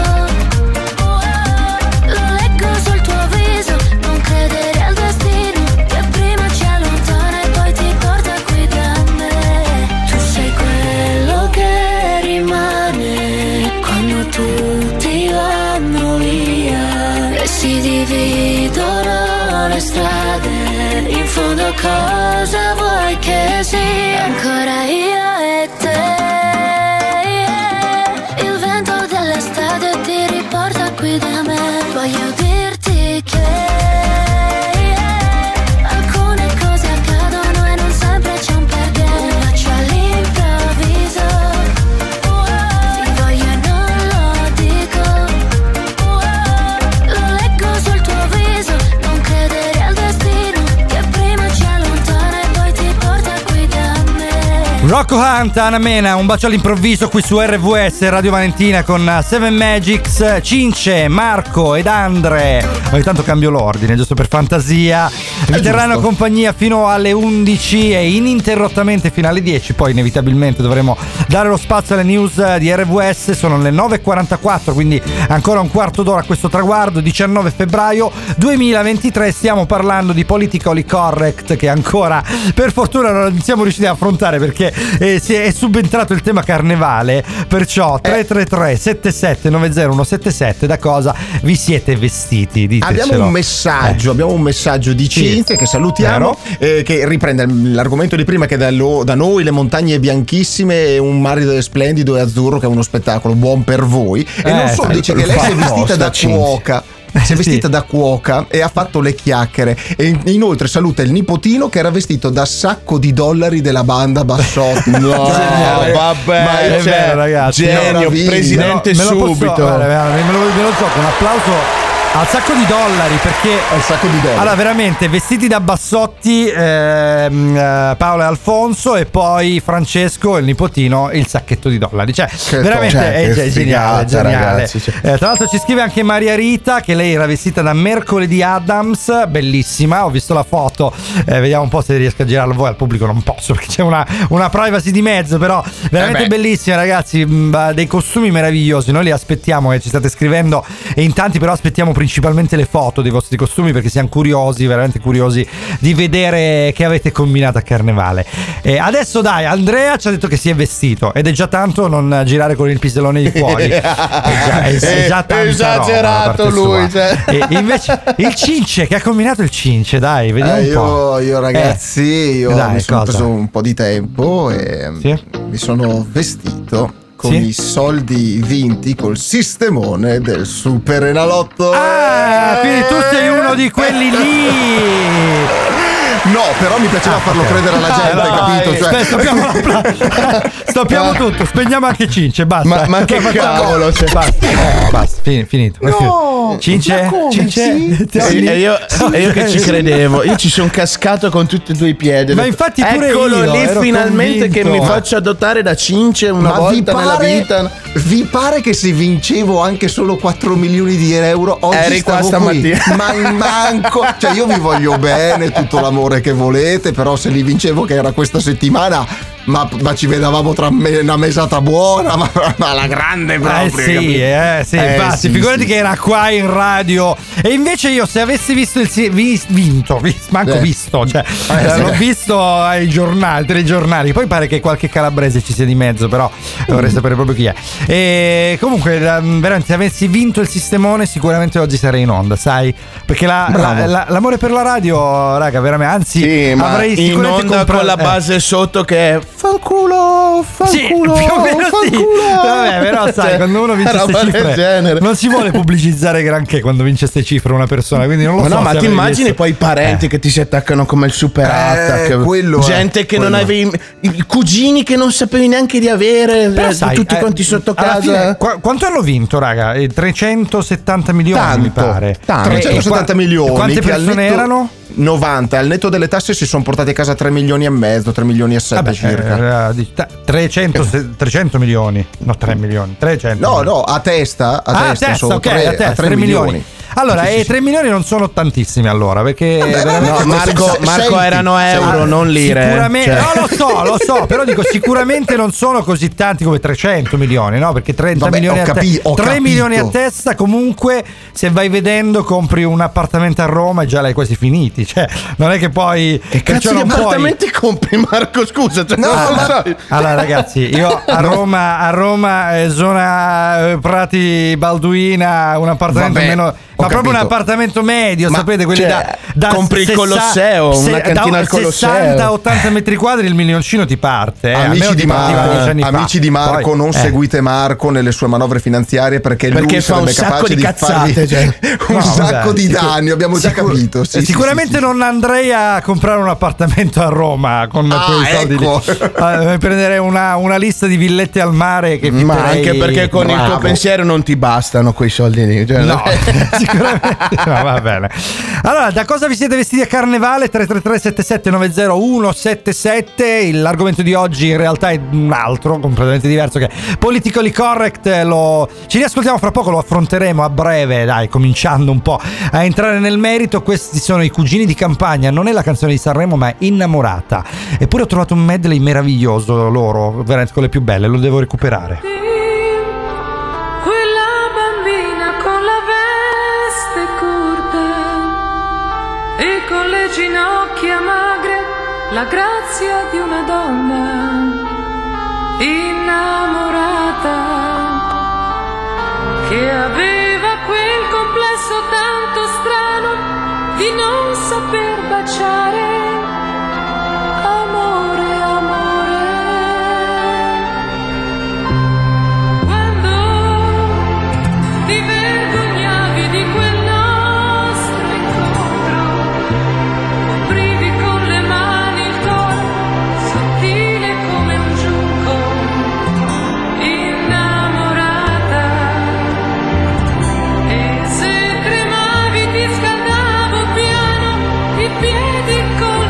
lo leggo sul tuo viso. Non credere al destino che prima ci allontana e poi ti porta qui da me. Tu sei quello che rimane quando tutti vanno via e si dividono le strade. In fondo cosa vuoi che sia? Ancora io e te, il vento dell'estate ti riporta qui da me. Voglio dirti che alcune cose accadono e non sempre c'è un perché. Un bacio all'improvviso, ti voglio e non lo dico, lo leggo sul tuo viso. Non credere al destino che prima ci allontana e poi ti porta qui da me. Rocco Hunt, Anna Mena, un bacio all'improvviso qui su R V S Radio Valentina con Seven Magics, Cince, Marco ed Andre. Ogni tanto cambio l'ordine, giusto per fantasia. Vi terranno compagnia fino alle undici e ininterrottamente fino alle dieci. Poi inevitabilmente dovremo dare lo spazio alle news di R V S. Sono le nove e quarantaquattro, quindi ancora un quarto d'ora a questo traguardo. diciannove febbraio duemilaventitré. Stiamo parlando di politically correct, che ancora per fortuna non siamo riusciti a affrontare perché eh, si è subentrato il tema carnevale. Perciò tre tre tre sette sette nove zero uno sette sette, da cosa vi siete vestiti? Ditecelo. Abbiamo un messaggio, eh. abbiamo un messaggio di Cinzia, sì, che salutiamo, eh, che riprende l'argomento di prima, che da, lo, da noi le montagne bianchissime e un mare splendido e azzurro, che è uno spettacolo buon per voi. E Eh, non solo, sai, dice che lei si è vestita da Cinzia. cuoca. Si è vestita da cuoca e ha fatto le chiacchiere, e inoltre saluta il nipotino che era vestito da sacco di dollari della banda Bassotti. No, Geniale. vabbè, Ma è cioè, vero, ragazzi. genio, Meraviglia. presidente Me lo posso- subito. guarda, me lo, me lo gioco, un applauso al sacco di dollari, perché Al sacco di dollari. allora veramente vestiti da Bassotti, ehm, eh, Paolo e Alfonso, e poi Francesco, il nipotino, il sacchetto di dollari. Cioè Che veramente to- è, cioè, è che geniale, figata, geniale. ragazzi, cioè. Eh, tra l'altro ci scrive anche Maria Rita che lei era vestita da Mercoledì Addams, bellissima, ho visto la foto, eh, vediamo un po' se riesco a girarla. Voi al pubblico non posso perché c'è una, una privacy di mezzo, però veramente Eh beh. bellissima, ragazzi, mh, dei costumi meravigliosi. Noi li aspettiamo, che ci state scrivendo, e in tanti però aspettiamo principalmente le foto dei vostri costumi, perché siamo curiosi, veramente curiosi di vedere che avete combinato a carnevale. E adesso dai, Andrea ci ha detto che si è vestito, ed è già tanto non girare con il piselone di fuori. È già, è, è già tanta Esagerato roba da parte lui, sua. cioè. E invece il Cince, che ha combinato il Cince, dai, vediamo Eh, un po'. io, io ragazzi, io Dai, mi sono cosa? preso un po' di tempo e Sì? mi sono vestito con Sì? i soldi vinti col sistemone del Super Enalotto. Ah, quindi tu sei uno di quelli lì. No, però mi piaceva Ah, farlo ok. credere alla gente, Dai, capito? Cioè, aspetta, stoppiamo, stoppiamo tutto, spegniamo anche Cince, basta. Ma- ma che cavolo, cioè. Basta, eh, basta, fini- finito. No, Cince, ma come, Cince, sì? ti- Sì, e io, e io che ci credevo, io ci sono cascato con tutti e due i piedi. Ma infatti pure Eccolo io, lì ero finalmente che convinto. mi faccio adottare da Cince una ma vi volta nella pare, vita. vi pare che se vincevo anche solo quattro milioni di euro oggi Eri qua stavo qui? stamattina. Ma in manco, cioè io vi voglio bene, tutto l'amore che volete, però se li vincevo, che era questa settimana, ma, ma ci vedevamo tra me, una mesata buona, ma, ma la grande proprio. Eh sì, eh sì, eh, infatti, sì, figurati sì, che era qua in radio. E invece io, se avessi visto il si- vi- vinto, vi- manco Eh. visto, cioè Eh, sì. l'ho visto ai giornali, telegiornali. Poi pare che qualche calabrese ci sia di mezzo, però vorrei sapere proprio chi è. E comunque, la- veramente, se avessi vinto il sistemone, sicuramente oggi sarei in onda, sai? Perché la- la- la- l'amore per la radio, raga, veramente, anzi, Sì, ma avrei in sicuramente onda comprato con la eh. base sotto che è fanculo, Sì, fanculo, più o meno sì. fanculo. Vabbè, però sai, Cioè, quando uno vince roba queste del cifre genere. non si vuole pubblicizzare granché quando vince queste cifre una persona, quindi non lo Ma so. no, ma se ti avrei immagini visto- poi i parenti Eh. che ti si attaccano come il super attack, Eh, quello è, gente che non quello. avevi, i cugini che non sapevi neanche di avere, Però eh, sai, tutti eh, quanti sotto alla casa. fine, qua- quanto hanno vinto, raga? Eh, trecentosettanta milioni, Tanto, mi pare. tanto. E- e trecentosettanta qua- milioni. Quante che al persone netto- erano? novanta. Al netto delle tasse si sono portati a casa tre milioni e mezzo, tre milioni e sette Vabbè, circa. eh, di- ta- trecento, se- trecento milioni, no, tre milioni. trecento. No, no, a testa, a Ah, a testa, testa, sono ok, tre, a testa, a tre tre milioni. milioni. Allora, Sì, sì, e sì. tre milioni non sono tantissimi, allora, perché Vabbè, veramente- No, Se- Marco, se- Marco senti, erano euro, se- non lire. Sicuramente, Cioè. no, lo so, lo so, però dico sicuramente non sono così tanti come trecento milioni, no? Perché trenta Vabbè, milioni ho a te- capi- ho tre capito. milioni a testa, comunque, se vai vedendo, compri un appartamento a Roma e già l'hai quasi finiti. Cioè, non è che poi. Che perciò cazzo di non puoi- appartamenti compri, Marco? Scusa, cioè, No, non lo ma- so. Allora, ragazzi, io a Roma, a Roma, eh, zona eh, Prati Balduina, un appartamento Vabbè, meno. Ma ho proprio un capito. appartamento medio, Ma, sapete, quelli cioè, da, da compri il sessa- Colosseo, una cantina da al Colosseo. sessanta ottanta metri quadri il milioncino ti parte. Eh. Amici, Almeno di ti partiva Marco, dieci anni fa. amici di Marco, Poi, non eh. seguite Marco nelle sue manovre finanziarie perché, Perché lui fa un sarebbe sacco capace di cazzate, farvi cioè. un No, sacco vabbè, di sicur- danni, abbiamo già sicur- capito. Sì, eh, sì, sicuramente sì, sì. non andrei a comprare un appartamento a Roma con Ah, quei soldi lì. ecco. Eh, prenderei una, una lista di villette al mare che Ma fitterei- anche perché con il tuo Bravo. pensiero non ti bastano quei soldi lì. Cioè, No, sicuramente no, va bene. Allora, da cosa vi siete vestiti a carnevale? tre tre tre sette sette nove zero uno sette sette. L'argomento di oggi in realtà è un altro, completamente diverso, che è Politically Correct. Lo... Ci riascoltiamo fra poco, lo affronteremo a breve, dai, cominciando un po' a entrare nel merito. Questi sono i Cugini di Campagna, non è la canzone di Sanremo, ma è Innamorata. Eppure ho trovato un medley meraviglioso loro, veramente con le più belle, lo devo recuperare. Quella bambina con la veste corta e con le ginocchia magre, la grazia di una donna innamorata che aveva quel complesso tanto strano di non saper baciare. Amore, amore. Quando ti vergognavi di quel nostro incontro, coprivi con le mani il coro, sottile come un giunco, innamorata. E se tremavi ti scaldavo piano i piedi con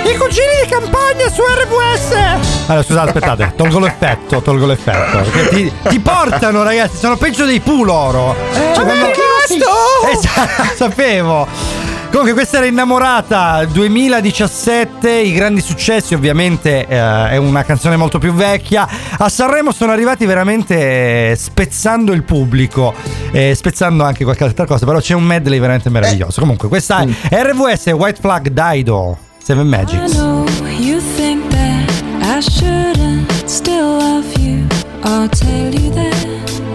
I cugini di campagna su R V S. Allora scusate, aspettate, tolgo l'effetto, tolgo l'effetto. Perché ti, ti portano, ragazzi, sono peggio dei Pooh loro. Eh, cioè, quando... Eh, sapevo. Comunque questa era Innamorata duemiladiciassette, i grandi successi, ovviamente eh, è una canzone molto più vecchia. A Sanremo sono arrivati veramente spezzando il pubblico, eh, spezzando anche qualche altra cosa, però c'è un medley veramente meraviglioso. Comunque questa è R V S White Flag Dido, Seven Magics. I know you think that I shouldn't still love you, I'll tell you that.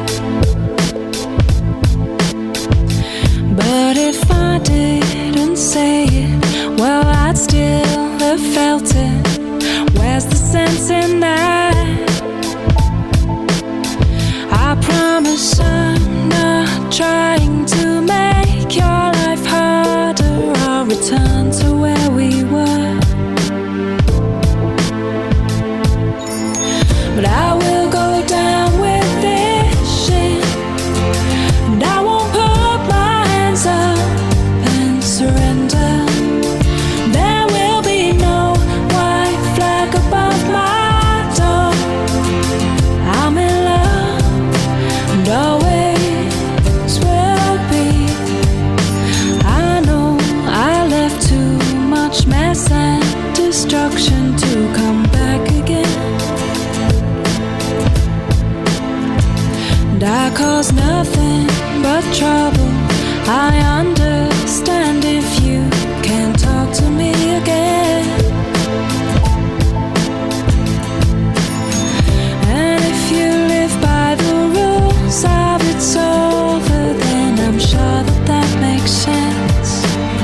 But if I didn't say it, well, I'd still have felt it. Where's the sense in that? I promise I'm not trying to make your life harder. I'll return to where we were. But I will go down with this shit, and I won't put my hands up and surrender. There will be no white flag above my door. I'm in love and always will be. I know I left too much mess and destruction to come back again. And I cause nothing but trouble. I understand if you can't talk to me again. And if you live by the rules of it's over, then I'm sure that that makes sense.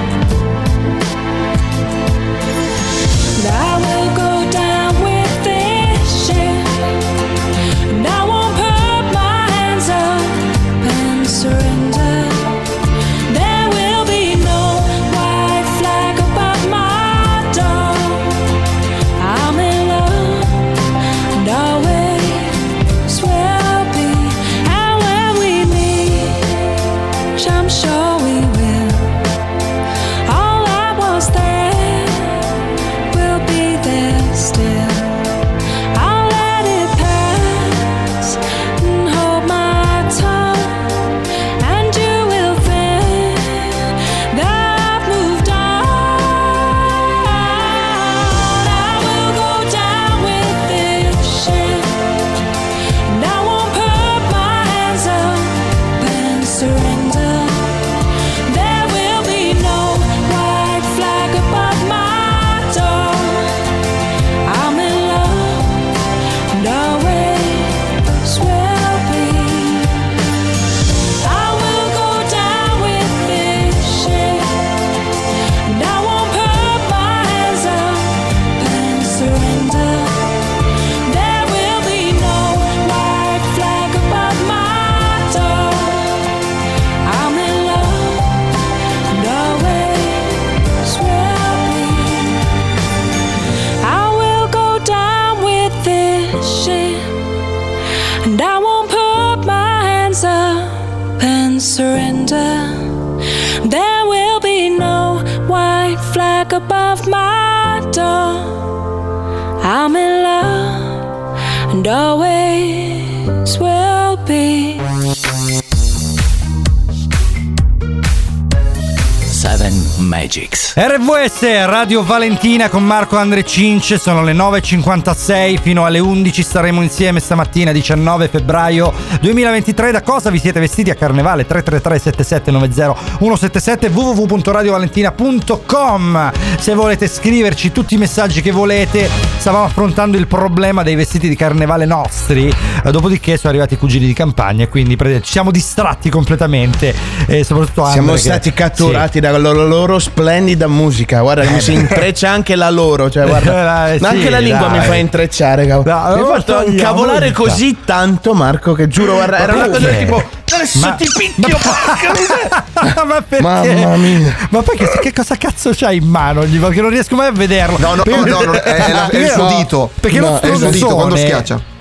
But I will go down with this shit, and I won't put my hands up and surrender. There will be no white flag above my door. I'm in love and always will be. And when we meet, which I'm sure we will, all that was there will be there still. I'll let it pass and hold my tongue, and you will think that I've moved on. I will go down with this shit, and I won't put my hands up and surrender. There will be no white flag above my door. I'm in love and always will be. I will go down with this shit, and I won't put my hands up and surrender. There will be no white flag above my door. I'm in love and always will be. I will go down with this shit, and I won't put my hands up and surrender. There will be no white flag above my door. I'm in love and always will be. Seven Magics. R V S Radio Valentina con Marco Andre Cince, sono le nove e cinquantasei, fino alle undici staremo insieme stamattina, diciannove febbraio duemilaventitré. Da cosa vi siete vestiti a carnevale? tre tre tre sette sette nove zero uno sette sette, w w w punto radio valentina punto com. Se volete scriverci tutti i messaggi che volete. Stavamo affrontando il problema dei vestiti di carnevale nostri, eh, dopodiché sono arrivati i cugini di campagna e quindi pre- ci siamo distratti completamente, e soprattutto Andre, siamo che- stati catturati sì. dalla loro, loro splendida musica. Guarda, mi si intreccia anche la loro, cioè guarda, Eh, ma sì, anche la lingua dai. mi fa intrecciare, cavolo. No, mi hai non fatto togliamo incavolare musica. così tanto, Marco, che giuro, guarda, era una cosa perché? tipo adesso Ma- ti picchio, porca miseria. Ma perché? Mamma mia. Ma poi che, che cosa cazzo c'hai in mano? Gli- Perché non riesco mai a vederlo. No, no, no, no, no, è, è la- è il suo No, dito. Perché No, lo è il suo dito quando schiaccia.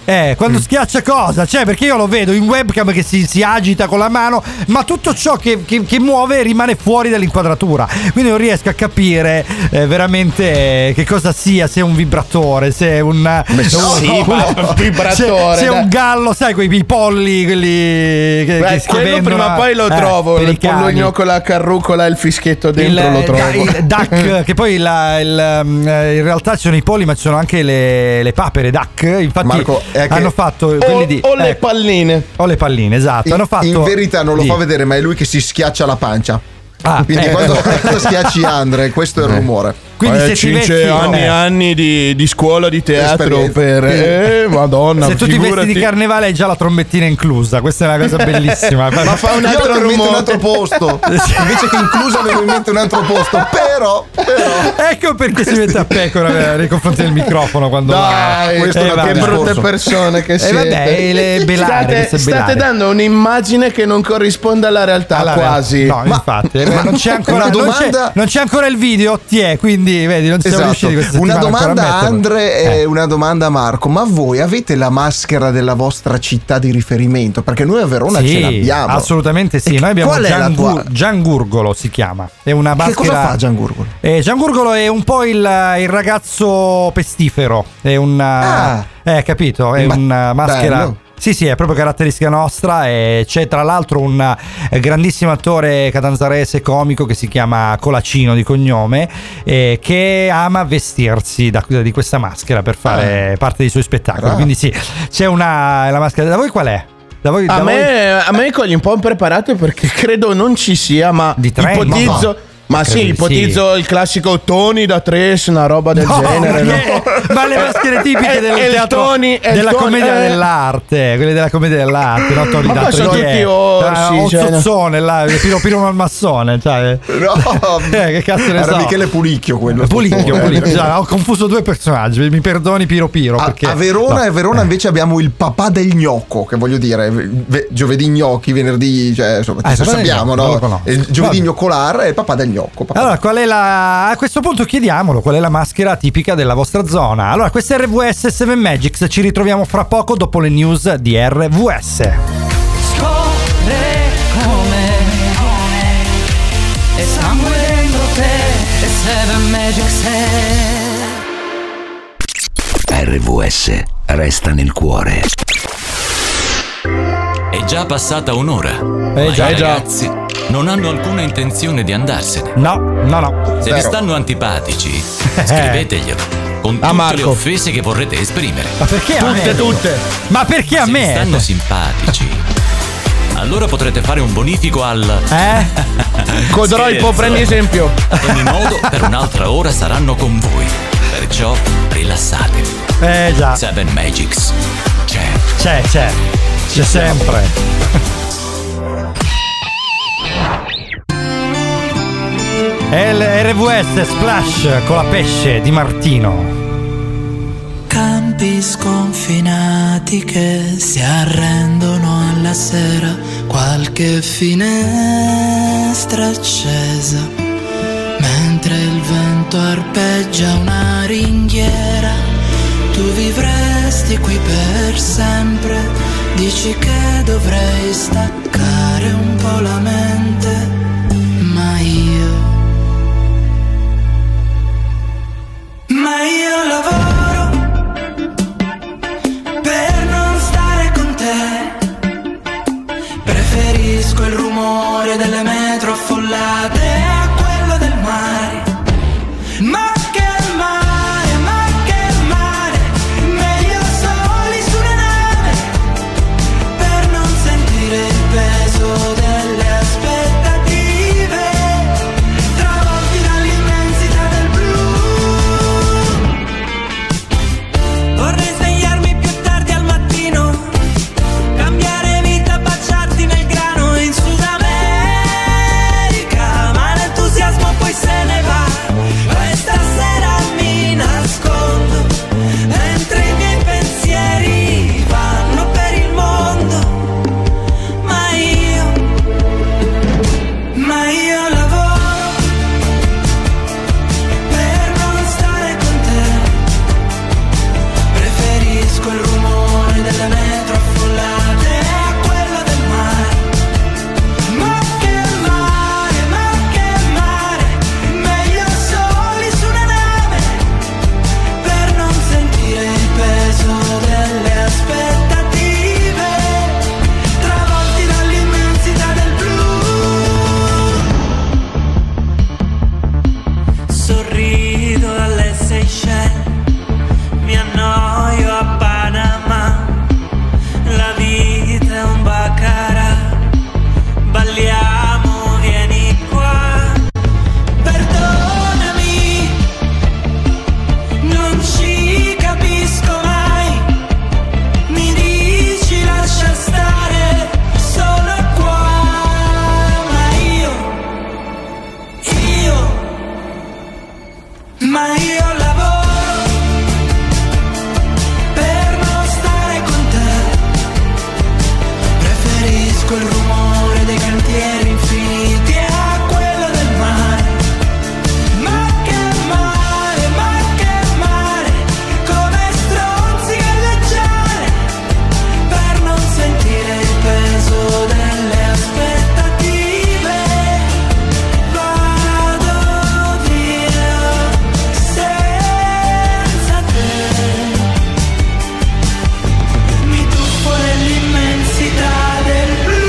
Eh, quando schiaccia cosa? Cioè, perché io lo vedo in webcam che si, si agita con la mano, ma tutto ciò che, che, che muove rimane fuori dall'inquadratura. Quindi non riesco a capire eh, veramente eh, che cosa sia, se è un vibratore, se è un, un sì, un, ma un vibratore, se, se è dai. un gallo, sai, quei i polli, quelli che, Beh, che si quello vendono prima o a- poi lo eh, trovo. per i Il cani. pollogno con la carrucola e il fischietto Il, dentro lo eh, trovo. il duck, che poi la, il, um, eh, in realtà ci sono i polli, ma ci sono anche le, le papere duck. Infatti, Marco, è che- hanno fatto O, quelli di, o le ecco, palline. o le palline, esatto. In, hanno fatto in verità non lo di- fa vedere, ma è lui che si schiaccia la pancia. Ah, Quindi eh. quando, quando schiacci Andre, questo è il rumore. Quindi Eh, se ti cinque vesti anni eh, anni di, di scuola di teatro Esperienza. per eh, madonna, se tu ti figurati. vesti di carnevale hai già la trombettina inclusa. Questa è una cosa bellissima. Ma fa un Io altro avevo in mente un rumore. altro posto. Invece che incluso avevo in mente un altro posto. Però, però Ecco perché si mette a pecora nei confronti del microfono quando Dai, va. questo è un Eh, altro che vabbè. brutte discorso. persone che Eh, siete. vabbè, le belare, state, queste state belare. dando un'immagine che non corrisponde alla realtà, Allora, quasi. No, infatti, eh, non c'è ancora una non c'è- domanda- non c'è ancora il video, ti è, quindi vedi, non ci siamo Esatto. riusciti questa Una settimana ancora domanda a metterlo. Andre e Eh. una domanda a Marco. Ma voi avete la maschera della vostra città di riferimento? Perché noi a Verona Sì, ce l'abbiamo. assolutamente sì. E Noi abbiamo qual è la Gian, tua- Gur- Gian Gurgolo si chiama. È una Che maschera. cosa fa Gian Gurgolo? Eh, Gian Gurgolo è un po' il, il ragazzo pestifero. È una. Ah. Eh, capito? È Ma- una maschera. bello. Sì, sì, è proprio caratteristica nostra. E c'è tra l'altro un eh, grandissimo attore catanzarese comico che si chiama Colacino di cognome, eh, che ama vestirsi da, di questa maschera per fare parte dei suoi spettacoli. Ah. Quindi sì, c'è una la maschera. Da voi qual è? Da voi, A da voi- me, a me cogli un po' impreparato perché credo non ci sia, ma Di Trento? ipotizzo. No. Ma Credo sì, di ipotizzo il classico Tony da Tres, una roba del No, genere. ma, no? che- ma le maschere tipiche È- del è il teatro Tony- è il della Tony- commedia eh. dell'arte, quelle della commedia dell'arte, no? Tony Ma da poi sono Tre, tutti eh, orsi, un cioè, no. zozzone là, Piro Piro Malmassone, cioè. No, Eh, che cazzo ne era so. Michele Pulicchio quello. Pulicchio, Pulicchio. Già, ho confuso due personaggi, mi perdoni Piro Piro A, perché a Verona, no. a Verona invece abbiamo il papà del gnocco, che voglio dire, ve- giovedì gnocchi, venerdì, cioè insomma, Ah, il papà del sappiamo, gnocco, non lo no? conosco. Il giovedì Vabbè. gnoccolar è il papà del gnocco. papà. Allora, qual è la. A questo punto chiediamolo, qual è la maschera tipica della vostra zona? Allora, questa è R V S sette Magics, ci ritroviamo fra poco dopo le news di R V S. Scopre come è sangue dentro te e Seven Magic sei. R V S resta nel cuore. È già passata un'ora. Eh ma già, i eh già. ragazzi non hanno alcuna intenzione di andarsene. No, no, no. Se vi stanno antipatici, scriveteglielo con A tutte Marco. le offese che vorrete esprimere. Ma perché a me? Ma perché a Se me? vi stanno simpatici, allora potrete fare un bonifico al. Eh? Codroipo, Scherzo. prendi esempio. Ad ogni modo, per un'altra ora saranno con voi. Perciò rilassatevi. Eh già. Seven Magics c'è. C'è, c'è. C'è sempre. È il R V S Splash con la pesce di Martino. Campi sconfinati che si arrendono alla sera, qualche finestra accesa, mentre il vento arpeggia una ringhiera. Tu vivresti qui per sempre, dici che dovrei staccare un po' la mente, ma io, ma io lavoro per non stare con te. Preferisco il rumore delle metro affollate a quello del mare. Ma che mare, ma che mare, meglio soli su una nave, per non sentire il peso delle aspettative. rido alle Seychelles, mi annoio a Panama, la vita è un baccarat, balliamo, vieni qua, perdonami, non ci capisco mai, mi dici lascia stare, sono qua, ma io, io, ma io lavoro per non stare con te, preferisco il rumore dei cantieri infiniti a quello del mare, ma che male, ma che male, come stronzi galleggiare, per non sentire il peso delle aspettative, vado via senza te, mi tuffo nell'immensità del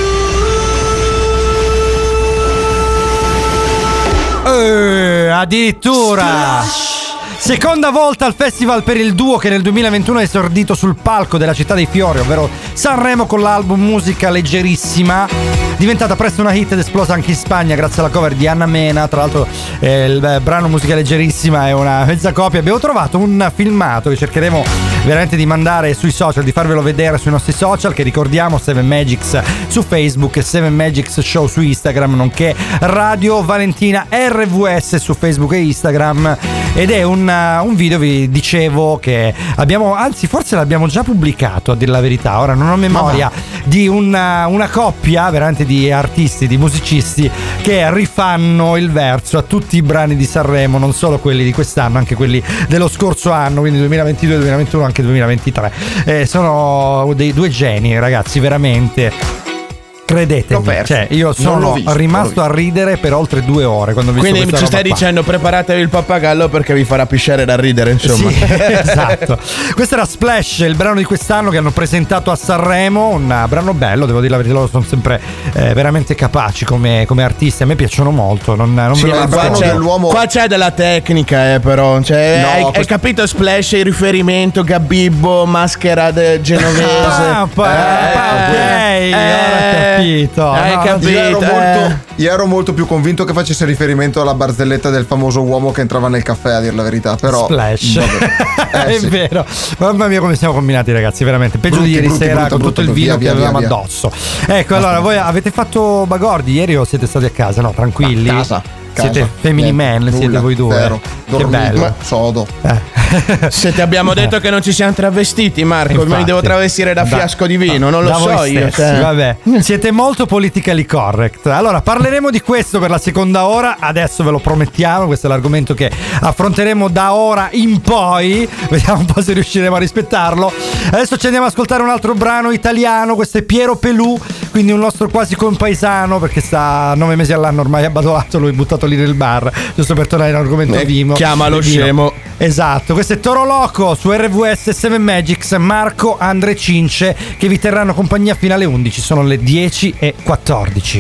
Eh, addirittura seconda volta al festival per il duo che nel duemilaventuno è esordito sul palco della Città dei Fiori, ovvero Sanremo, con l'album Musica Leggerissima, diventata presto una hit ed esplosa anche in Spagna grazie alla cover di Anna Mena. Tra l'altro eh, il brano Musica Leggerissima è una mezza copia. Abbiamo trovato un filmato che cercheremo veramente di mandare sui social, di farvelo vedere sui nostri social, che ricordiamo Seven Magics su Facebook e Seven Magics Show su Instagram, nonché Radio Valentina R V S su Facebook e Instagram. Ed è un, un video, vi dicevo, che abbiamo, anzi forse l'abbiamo già pubblicato, a dire la verità, ora non ho memoria, di una, una coppia veramente di artisti, di musicisti che rifanno il verso a tutti i brani di Sanremo, non solo quelli di quest'anno, anche quelli dello scorso anno, quindi duemilaventidue, duemilaventuno, anche duemilaventitré. Eh, sono dei due geni, ragazzi, veramente. Credetemi, cioè io sono visto, rimasto a ridere per oltre due ore quando ho visto. Quindi ci stai dicendo qua. Preparatevi il pappagallo perché vi farà pisciare da ridere, insomma. Sì, esatto. Questo era Splash, il brano di quest'anno che hanno presentato a Sanremo, un brano bello, devo dire la verità, loro sono sempre eh, veramente capaci come, come artisti, a me piacciono molto, non, non sì, ve lo qua, c'è, qua c'è della tecnica eh, però, cioè, no, hai, questo... hai capito Splash, il riferimento Gabibbo, maschera de- genovese. Ah, pa- eh, pa- ok, eh, capito. Hai no, capito? Io ero, eh. molto, io ero molto più convinto che facesse riferimento alla barzelletta del famoso uomo che entrava nel caffè, a dir la verità. Però Splash. Eh, è sì. vero. Mamma mia, come siamo combinati, ragazzi, veramente. Peggio Brutti, di ieri brutti, sera brutto, con brutto, tutto il via, vino via, che avevamo via, via. addosso. Ecco, allora voi avete fatto Bagordi ieri o siete stati a casa? No, tranquilli. A casa. Siete casa. family Niente, man, siete nulla, voi due. zero. Che Dormito, bello. sodo. Eh. Se ti abbiamo detto che non ci siamo travestiti, Marco, Infatti. mi devo travestire da, Da- fiasco di vino, non lo da so voi io. stessi, cioè. vabbè. Siete molto politically correct. Allora, parleremo di questo per la seconda ora. Adesso ve lo promettiamo. Questo è l'argomento che affronteremo da ora in poi. Vediamo un po' se riusciremo a rispettarlo. Adesso ci andiamo ad ascoltare un altro brano italiano. Questo è Piero Pelù, quindi un nostro quasi compaesano, perché sta nove mesi all'anno ormai abbandolato, lui buttato lì nel bar, giusto per tornare all'argomento Eh, vino. chiamalo vino. scemo. Esatto, questo è Toro Loco su R V S Seven Magics, Marco, Andre Cince, che vi terranno compagnia fino alle undici, sono le dieci e quattordici.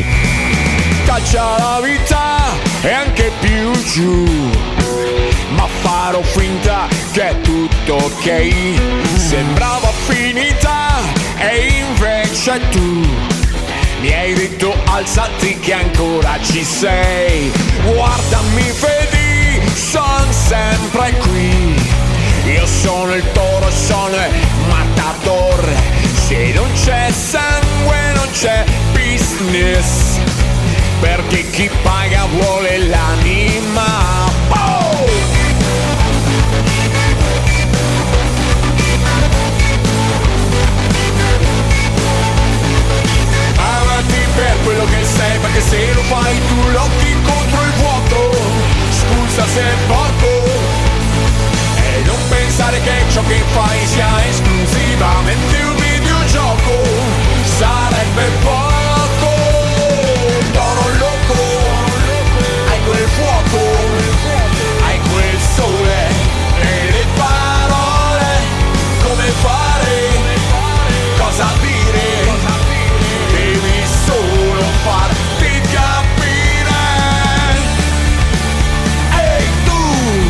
Caccia la vita e anche più giù, ma farò finta che è tutto ok. Sembrava finita e invece tu mi hai detto alzati che ancora ci sei. Guardami, vedi, son sempre qui. Io sono il toro, sono il matador. Se non c'è sangue non c'è business, perché chi paga vuole l'anima. Oh! Per quello che sei, perché se lo fai tu lotti contro il vuoto, spulsa se porco, e non pensare che ciò che fai sia esclusivamente un videogioco, sarebbe poco. Toro loco, hai quel fuoco, hai quel sole e le parole, come fare, cosa dire, devi solo farti capire. Ehi tu,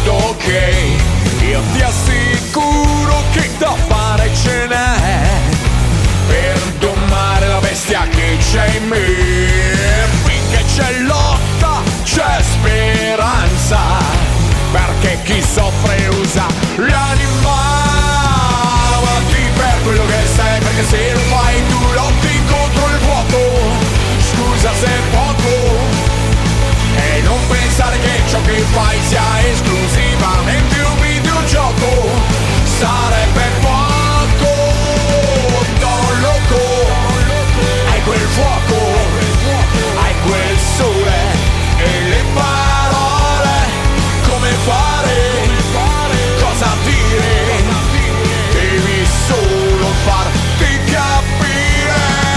tutto ok. Io ti assicuro che da fare ce n'è per domare la bestia che c'è in me. Finché c'è lotta c'è speranza, perché chi soffre usa l'anima. Avanti per quello che sei, perché se lo fai tu lotti contro il vuoto. Scusa se è poco, e non pensare che ciò che fai sia esclusivamente un videogioco. Sarebbe poco. Don loco, hai quel fuoco, hai quel sole e le parole. Come fare, cosa dire, devi solo farti capire.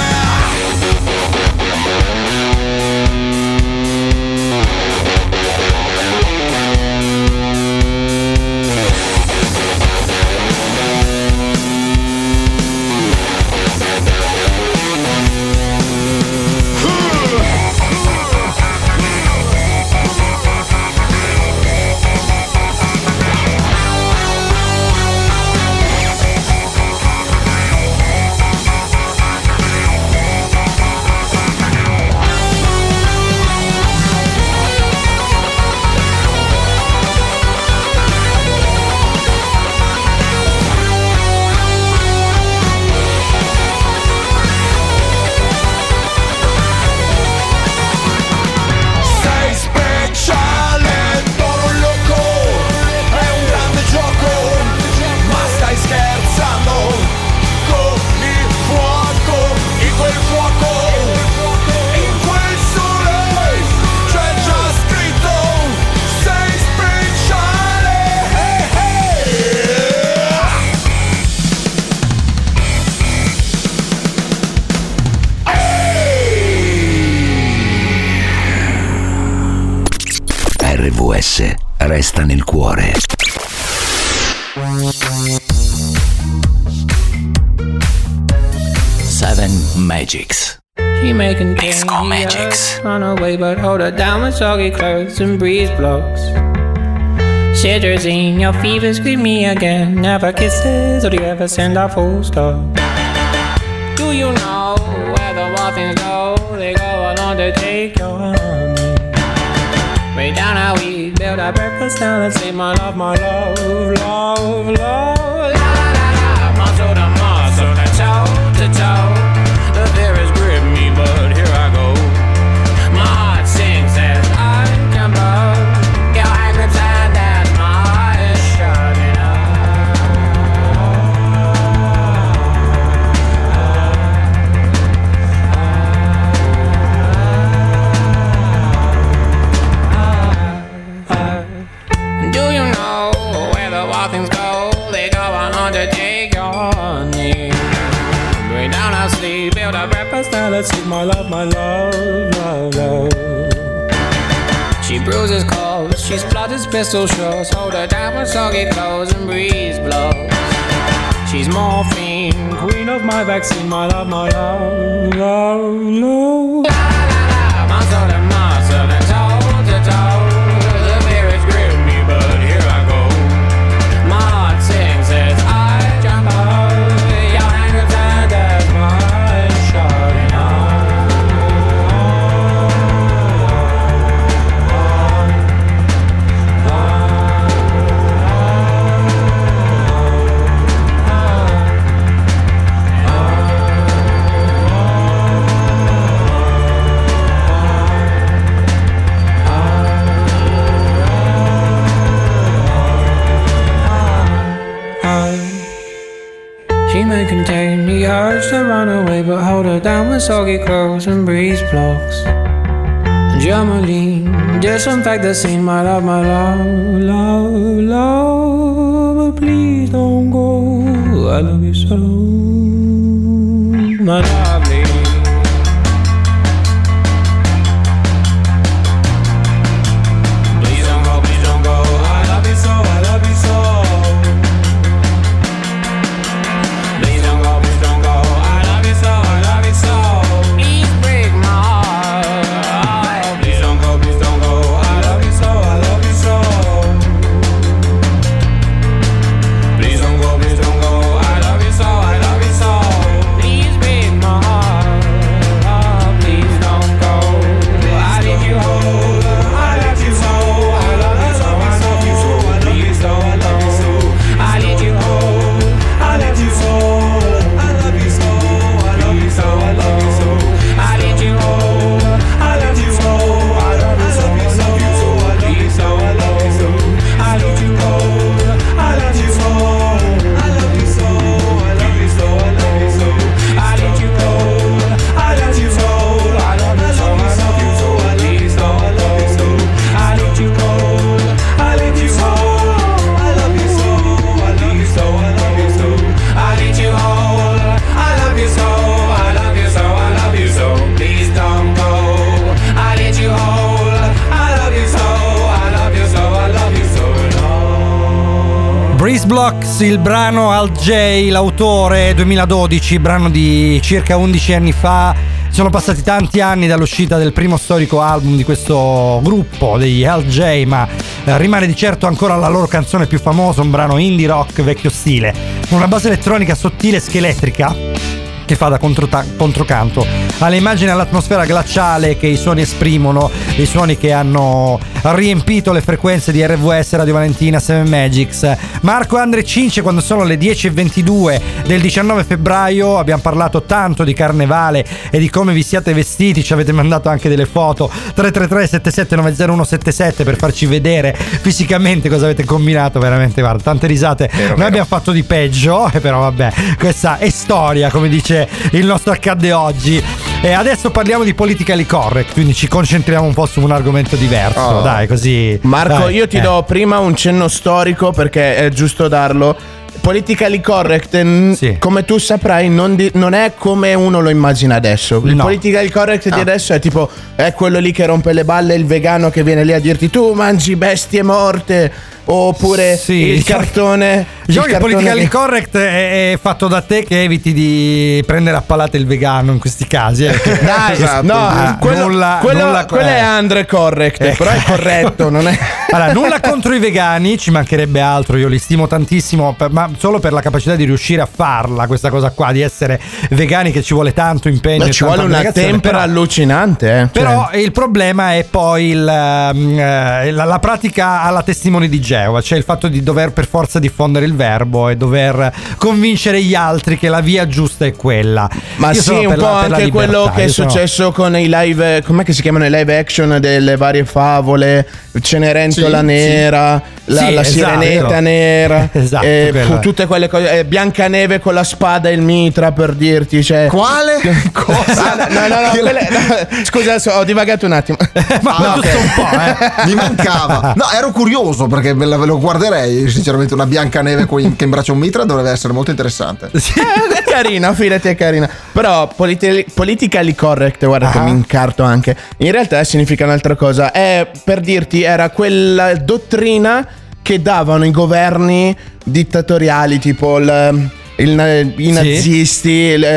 R V S resta nel cuore. Seven Magics. She may contain Let's go Magics. Run away, but hold her down with soggy clothes and breeze blocks. Citrazine, your fever, scream me again. Never kisses, or do you ever send a full stop? Do you know where the waffles go? They go along to take your honey. Way down how we build our breakfast down and say my love, my love, love, love. La la la la, muscle to muscle, to toe to toe. The fear has gripped me, but here I go. My heart sings as I jump up. Your hand grips and as my eyes shutting up. Do you know where the wild things go? They go on to take your name. Way down our sleep, build a breakfast now. Let's eat my love, my love, love, love. She bruises calls, she splutters pistol shots. Hold her down with soggy clothes and breeze blows. She's morphine, queen of my vaccine. My love, my love, love, love. La la la, muscle to muscle and toe to toe. The fear has gripped me, but here I go. My heart sings as I jump up. Your hand grips and as my eyes shutting She may contain the urge to run away, but hold her down with soggy clothes and breeze blocks. Germaline, disinfect the scene, my love, my love, love, love. But please don't go, I love you so, my lovely. Please don't go, please don't go, I love you so, I love you so. Please don't go, please don't go, I love you so, I love you so. Please break my heart. Please don't go, please don't go, I love you so, I love you so. Breeze Blocks, il brano Al J, l'autore, duemiladodici, brano di circa undici anni fa. Sono passati tanti anni dall'uscita del primo storico album di questo gruppo, degli Al J, ma eh, rimane di certo ancora la loro canzone più famosa, un brano indie rock vecchio stile, una base elettronica sottile e scheletrica che fa da controta- controcanto alle immagini e all'atmosfera glaciale che i suoni esprimono, i suoni che hanno riempito le frequenze di R V S, Radio Valentina, Seven Magics. Marco e Andre Cince, quando sono le dieci e ventidue del diciannove febbraio, abbiamo parlato tanto di carnevale e di come vi siate vestiti, ci avete mandato anche delle foto. Tre tre tre sette sette nove zero uno sette sette per farci vedere fisicamente cosa avete combinato. Veramente, guarda, tante risate. Vero, Noi vero. abbiamo fatto di peggio, eh, però vabbè, questa è storia, come dice il nostro accadde oggi. E adesso parliamo di politically correct, quindi ci concentriamo un po' su un argomento diverso. Oh. Dai, così. Marco, dai, io ti eh. do prima un cenno storico perché è giusto darlo. Politically correct, sì. come tu saprai, non, di, non è come uno lo immagina adesso. Il no. politically correct no. di adesso è tipo è quello lì che rompe le balle, il vegano che viene lì a dirti tu mangi bestie morte, oppure sì. il cartone. Diciamo che il politically che... correct è, è fatto da te, che eviti di prendere a palate il vegano in questi casi. Eh. Dai, esatto. no, ah, quello, nulla, quello, nulla, quello è Andre correct, eh. però è corretto, non è. Allora, nulla contro i vegani, ci mancherebbe altro, io li stimo tantissimo, per, ma solo per la capacità di riuscire a farla, questa cosa qua, di essere vegani, che ci vuole tanto impegno. Ma ci vuole una tempera però, allucinante. Eh. Però cioè. il problema è poi il, uh, la, la pratica alla testimone di Geova, cioè il fatto di dover per forza diffondere il verbo e dover convincere gli altri che la via giusta è quella. Ma io sì, un po' la, anche quello che è successo sono... con i live, com'è che si chiamano i live action delle varie favole, Cenerentola sì, nera, sì. La, sì, la esatto, sirenetta nera, esatto, eh, fu, tutte quelle cose, eh, Biancaneve con la spada e il mitra, per dirti, cioè... Quale? Cosa? No, no, no, quelle, no. Scusa, adesso ho divagato un attimo. Ma ah, okay. un po', eh. Mi mancava. No, ero curioso perché ve lo guarderei, sinceramente. Una Biancaneve che imbraccia un mitra dovrebbe essere molto interessante. Sì. Eh, è carina, fidati, è carina. Però politi- politically correct, guarda ah. che mi incarto anche. In realtà significa un'altra cosa. È, per dirti, era quella dottrina che davano i governi dittatoriali, tipo il, il, i nazisti, sì.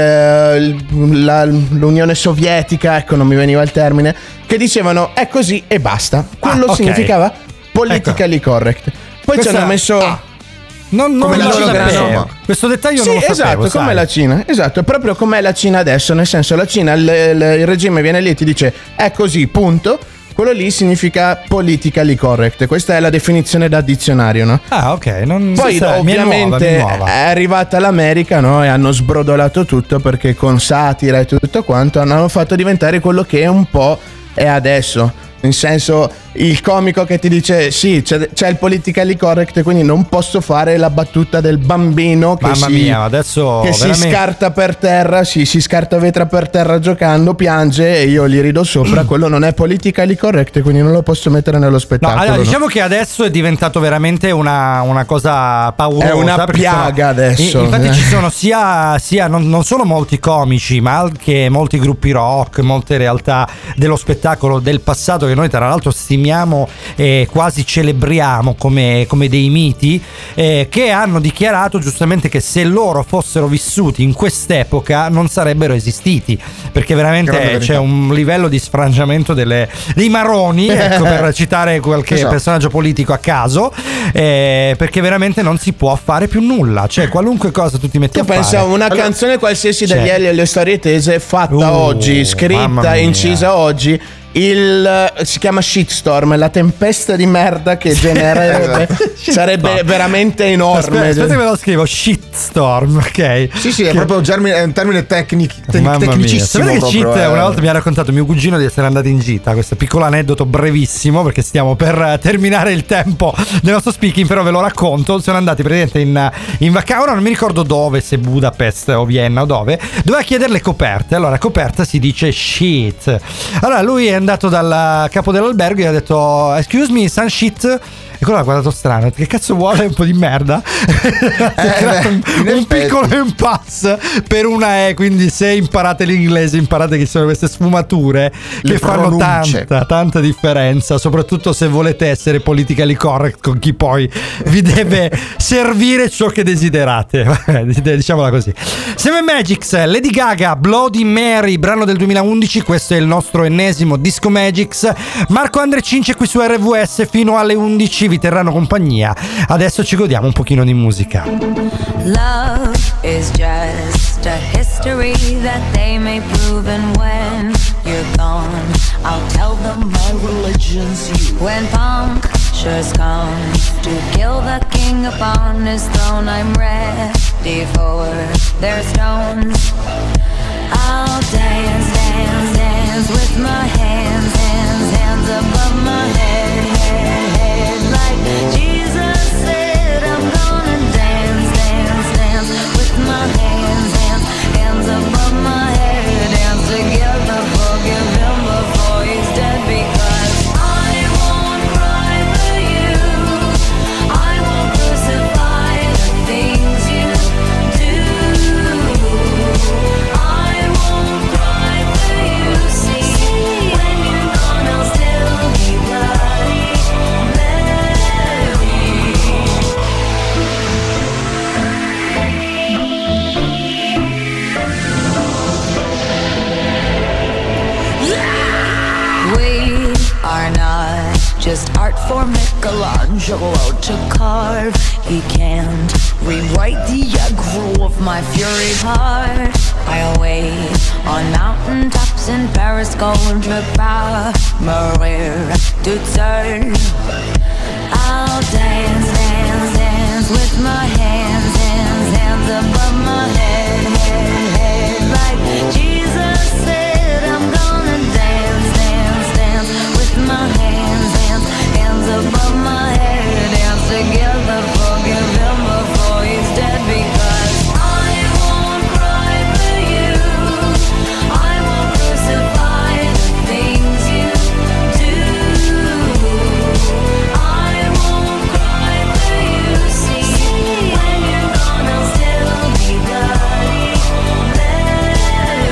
il, la, l'Unione Sovietica, ecco, non mi veniva il termine, che dicevano è così e basta. Quello ah, okay. significava politically ecco. correct. Poi Questa... ci hanno messo ah. Non, non lo sapevo. Questo dettaglio sì, non lo esatto, sapevo. Esatto, come la Cina. Esatto, è proprio come la Cina adesso. Nel senso, la Cina, il, il, il regime viene lì e ti dice è così, punto. Quello lì significa politically correct. Questa è la definizione da dizionario, no? Ah, ok. Non Poi sa, ovviamente è, nuova, nuova. è arrivata l'America, no? E hanno sbrodolato tutto, perché con satira e tutto quanto hanno fatto diventare quello che un po' è adesso. In senso, il comico che ti dice sì, c'è, c'è il politically correct, quindi non posso fare la battuta del bambino che, Mamma si, mia, adesso che veramente... si scarta per terra, si, si scarta vetra per terra giocando, piange e io gli rido sopra. Quello non è politically correct, quindi non lo posso mettere nello spettacolo. No, allora, diciamo no? che adesso è diventato veramente una, una cosa paurosa. È una piaga sono, adesso. Infatti ci sono sia, sia non, non solo molti comici, ma anche molti gruppi rock, molte realtà dello spettacolo del passato che noi tra l'altro stimiamo e quasi celebriamo come, come dei miti, eh, che hanno dichiarato giustamente che se loro fossero vissuti in quest'epoca non sarebbero esistiti, perché veramente c'è un livello di sfrangiamento delle, dei marroni, ecco, per citare qualche esatto. personaggio politico a caso, eh, perché veramente non si può fare più nulla, cioè qualunque cosa tu ti metti tu a fare. Pensa una allora, canzone qualsiasi cioè, degli Elio e le storie tese fatta uh, oggi, scritta e incisa oggi. Il si chiama shitstorm, la tempesta di merda che genererebbe sarebbe veramente enorme. Aspetta, aspetta che me lo scrivo, shitstorm, ok? Sì, sì, è che... proprio un termine, è un termine tecnic, te- Mamma tecnicissimo. Mia. Che proprio, cheat, eh. una volta mi ha raccontato mio cugino di essere andato in gita. Questo piccolo aneddoto brevissimo, perché stiamo per terminare il tempo del nostro speaking, però ve lo racconto. Sono andati praticamente in, in vacanza, ora non mi ricordo dove, se Budapest o Vienna o dove, doveva chiedere le coperte. Allora coperta si dice shit. Allora lui è andato dal capo dell'albergo e gli ha detto excuse me, sun shit. E quello l'ha guardato strano, che cazzo vuole un po' di merda? Eh, un, un piccolo impasse per una E, quindi se imparate l'inglese imparate che sono queste sfumature Le che fanno pronunce. tanta, tanta differenza, soprattutto se volete essere politically correct con chi poi vi deve servire ciò che desiderate. Diciamola così. Seven Magics, Lady Gaga, Bloody Mary, brano del duemilaundici, questo è il nostro ennesimo Disco Magics. Marco Andre Cince qui su R V S fino alle undici vi terranno compagnia. Adesso ci godiamo un pochino di musica. Love is just a history that they may prove, and when you're gone, I'll tell them my religion's you. When punctures come to kill the king upon his throne, I'm ready for their stones. I'll dance, dance, dance with my hands, hands, hands above my head, head, head, like Jesus said. I'm gonna dance, dance, dance with my hands, hands, hands above my head, dance together, forgive him before he's dead, because I won't cry for you, I won't crucify the things you do, I won't cry for you, see, when you're gone I'll still be Bloody Mary. We are not just art for Michelangelo to carve. He can't rewrite the aggro of my fury heart. I'll wait on mountain tops in Paris, going to Maria to turn. I'll dance, dance, dance with my hands, hands, hands above my head, head, head, like Jesus said. I'm gonna dance, dance, dance with my hands, hands, hands above my head, dance together, forgive him before he's dead, because I won't cry for you, I won't crucify the things you do, I won't cry for you, see, when you're gone I'll still be Bloody Mary.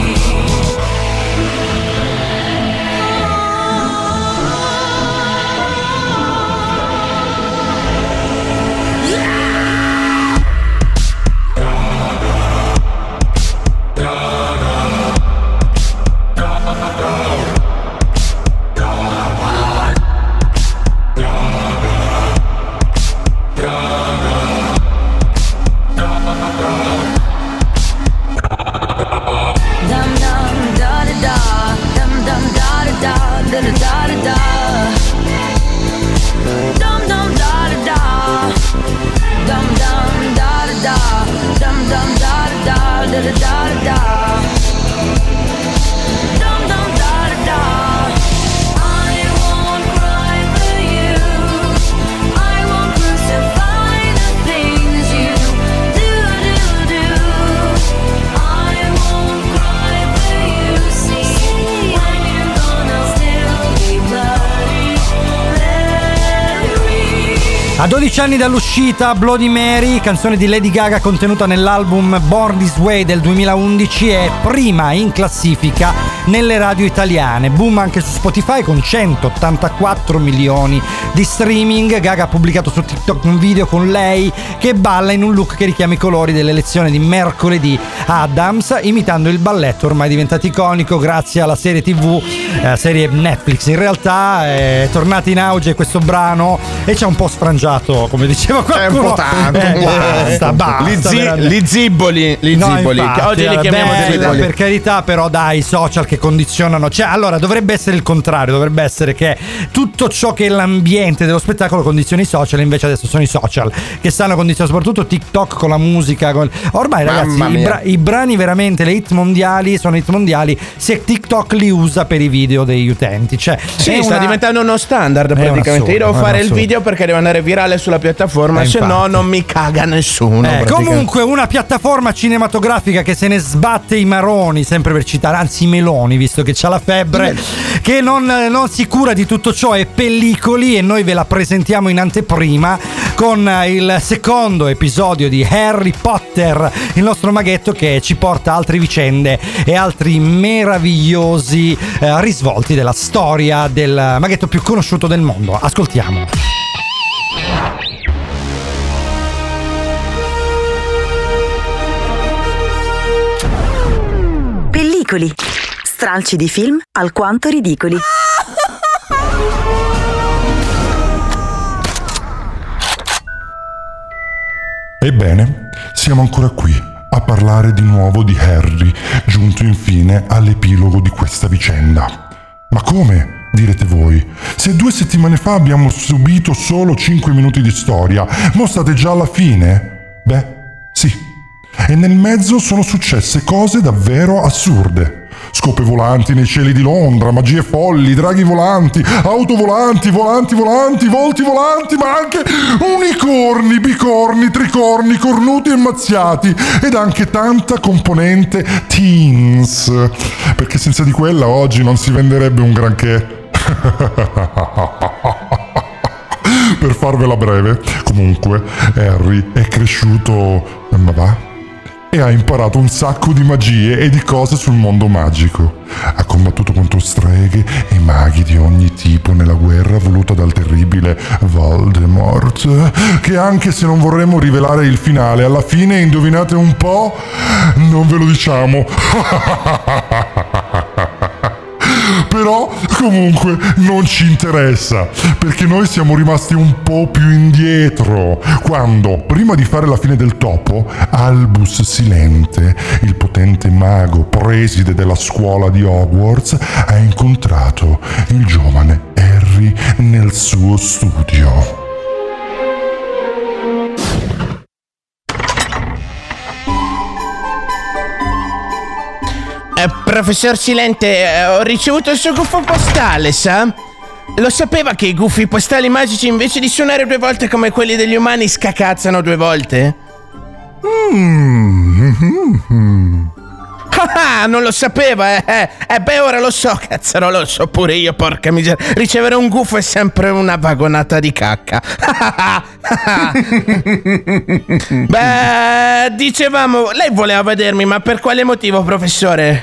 Dum dum da da da, dum dum da da da, da da da da da. Dum dum da da da, dum dum da da da, dum dum da da da, da da da da. Dum dum da da da. I won't cry for you, I won't crucify the things you do, do, do. I won't cry for you, see, when you're gone I'll still be Bloody Mary. A dodici anni dall'uscita, Bloody Mary, canzone di Lady Gaga contenuta nell'album Born This Way del duemilaundici, è prima in classifica nelle radio italiane. Boom anche su Spotify con centottantaquattro milioni di streaming. Gaga ha pubblicato su TikTok un video con lei che balla in un look che richiama i colori delle lezioni di mercoledì Addams, imitando il balletto ormai diventato iconico grazie alla serie tv, eh, serie Netflix. In realtà è tornato in auge questo brano e ci ha un po' sfrangiato, come diceva qualcuno. È un po' tanto, Eh, un po' basta, tanto. basta, Li zi- veramente. li zibboli, li No, zibboli, infatti, che oggi li era chiamiamo bella, zibboli. per carità, però dai, i social che condizionano, cioè allora dovrebbe essere il contrario, dovrebbe essere che tutto ciò che è l'ambiente dello spettacolo condiziona i social, invece adesso sono i social che stanno condizionando, soprattutto TikTok con la musica, con... ormai ragazzi Mamma i, mia. bra- i brani veramente, le hit mondiali sono hit mondiali se TikTok li usa per i video degli utenti, cioè Sì, è sta una- diventando uno standard È un praticamente. Io assurdo, devo è un fare il assurdo. video perché deve andare virale virale sulla piattaforma, Eh, se no infatti. non mi caga nessuno. Eh, praticamente. comunque una piattaforma cinematografica che se ne sbatte i maroni, sempre per citare, anzi i meloni, visto che c'ha la febbre, che non, non si cura di tutto ciò, è Pellicoli, e noi ve la presentiamo in anteprima con il secondo episodio di Harry Potter, il nostro maghetto che ci porta altre vicende e altri meravigliosi eh, risvolti della storia del maghetto più conosciuto del mondo. Ascoltiamo. Pellicoli. Stralci di film alquanto ridicoli. Ebbene, siamo ancora qui a parlare di nuovo di Harry, giunto infine all'epilogo di questa vicenda. Ma come? Direte voi. Se due settimane fa abbiamo subito solo cinque minuti di storia, mo state già alla fine? Beh, sì. E nel mezzo sono successe cose davvero assurde. Scope volanti nei cieli di Londra, magie folli, draghi volanti, auto volanti, volanti volanti, volti volanti, ma anche unicorni, bicorni, tricorni, cornuti e mazziati, ed anche tanta componente teens, perché senza di quella oggi non si venderebbe un granché. Per farvela breve, comunque, Harry è cresciuto, ma va? E ha imparato un sacco di magie e di cose sul mondo magico. Ha combattuto contro streghe e maghi di ogni tipo nella guerra voluta dal terribile Voldemort, che anche se non vorremmo rivelare il finale, alla fine, indovinate un po', non ve lo diciamo. Però comunque non ci interessa, perché noi siamo rimasti un po' più indietro, quando, prima di fare la fine del topo, Albus Silente, il potente mago preside della scuola di Hogwarts, ha incontrato il giovane Harry nel suo studio. Eh, professor Silente, eh, ho ricevuto il suo gufo postale, sa? Lo sapeva che i gufi postali magici, invece di suonare due volte come quelli degli umani, scacazzano due volte? Mm. Ah, non lo sapeva, eh? Eh, eh beh, ora lo so, cazzaro, lo so pure io, porca miseria. Ricevere un gufo è sempre una vagonata di cacca. Beh, dicevamo, lei voleva vedermi, ma per quale motivo, professore?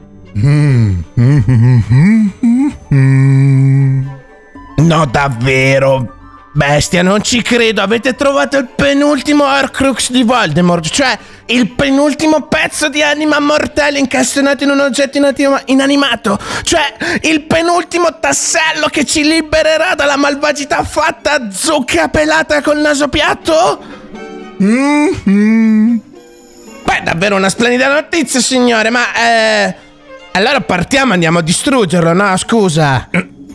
No, davvero? Bestia, non ci credo, avete trovato il penultimo Horcrux di Voldemort, cioè il penultimo pezzo di anima mortale incastonato in un oggetto inatima- inanimato, cioè il penultimo tassello che ci libererà dalla malvagità fatta zucca pelata col naso piatto? Mm-hmm. Beh, davvero una splendida notizia, signore, ma eh... allora partiamo, andiamo a distruggerlo, no? Scusa.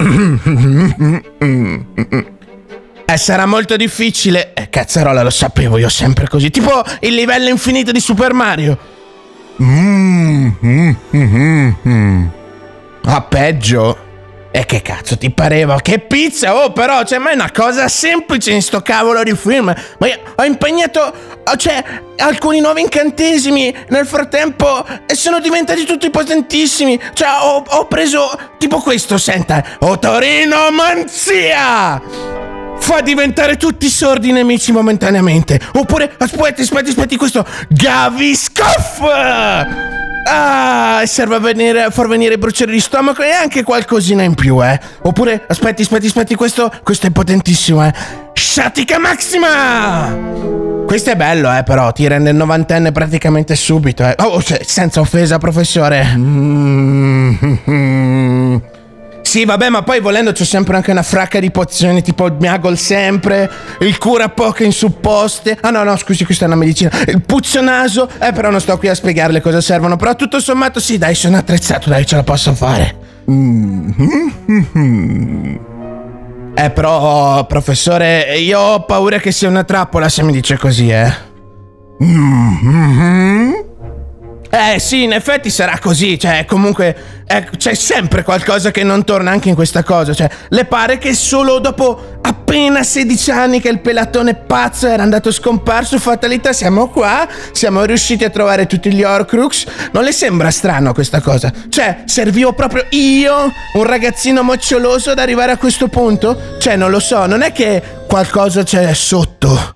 Eh, sarà molto difficile. Eh, cazzarola, lo sapevo io, sempre così. Tipo il livello infinito di Super Mario. Mm, mm, mm, mm. Ah, peggio. E che cazzo ti pareva? Che pizza! Oh, però, cioè, ma è una cosa semplice in sto cavolo di film. Ma io ho impegnato, cioè, alcuni nuovi incantesimi nel frattempo e sono diventati tutti potentissimi. Cioè, ho, ho preso tipo questo, senta. Otorinomanzia! Fa diventare tutti sordi i nemici momentaneamente. Oppure, aspetti, aspetti, aspetti, questo Gaviscoff! Ah, serve a, venire, a far venire bruciare di stomaco e anche qualcosina in più, eh. Oppure, aspetti, aspetti, aspetti, questo, questo è potentissimo, eh. Sciatica Maxima! Questo è bello, eh, però ti rende il novantenne praticamente subito, eh. Oh, cioè, senza offesa, professore. Mm-hmm. Sì, vabbè, ma poi volendo c'ho sempre anche una fracca di pozioni, tipo il Miagol sempre, il cura poche in supposte. Ah no, no, scusi, questa è una medicina. Il puzzo naso, eh, però non sto qui a spiegarle cosa servono. Però tutto sommato sì, dai, sono attrezzato, dai, ce la posso fare. Mm-hmm. Eh, però, professore, io ho paura che sia una trappola se mi dice così, eh. Mm-hmm. Eh sì, in effetti sarà così, cioè comunque eh, c'è sempre qualcosa che non torna anche in questa cosa, cioè le pare che solo dopo appena appena sedici anni che il pelatone pazzo era andato scomparso, fatalità, siamo qua, siamo riusciti a trovare tutti gli Horcrux. Non le sembra strano questa cosa? Cioè, servivo proprio io, un ragazzino moccioloso, ad arrivare a questo punto? Cioè, non lo so, non è che qualcosa c'è sotto.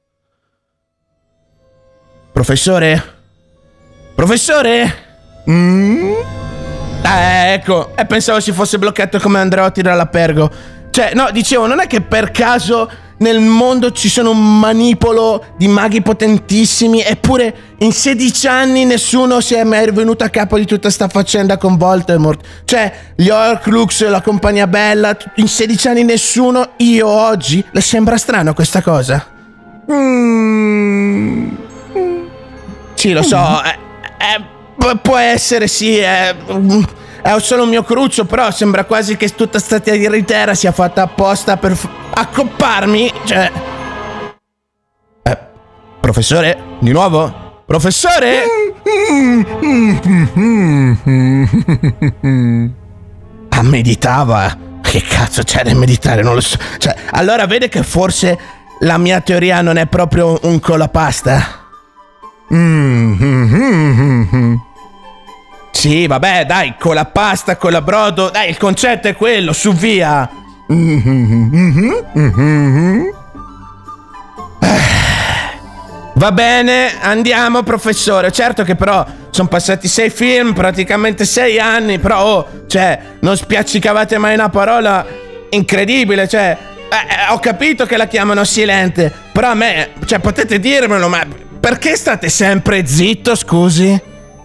Professore? Professore? Mm? Eh, ecco, e eh, pensavo si fosse bloccato come Andreotti dall'Apergo. Cioè, no, dicevo, non è che per caso nel mondo ci sono un manipolo di maghi potentissimi, eppure in sedici anni nessuno si è mai venuto a capo di tutta sta faccenda con Voldemort. Cioè, gli Horcrux, la compagnia bella, in sedici anni nessuno. Io oggi, le sembra strano questa cosa? Mm. Sì, lo so, eh, eh, può essere, sì, eh, è solo un mio cruccio, però sembra quasi che tutta sta tiritera sia fatta apposta per f- accopparmi, cioè... Eh, professore? Di nuovo? Professore? Ah, meditava? Che cazzo c'è da meditare? Non lo so. Cioè, allora vede che forse la mia teoria non è proprio un colapasta? Sì, vabbè, dai, con la pasta, con la brodo, dai, il concetto è quello, su via. Va bene, andiamo, professore. Certo che però sono passati sei film, praticamente sei anni, però, oh, cioè, non spiaccicavate mai una parola incredibile, cioè, eh, ho capito che la chiamano silente, però a me, cioè, potete dirmelo, ma perché state sempre zitto, scusi?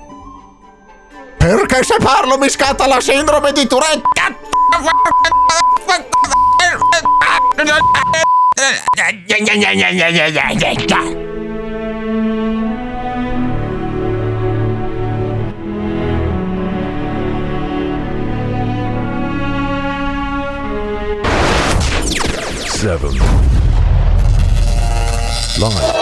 Perché se parlo mi scatta la sindrome di Tourette. Seven. Live.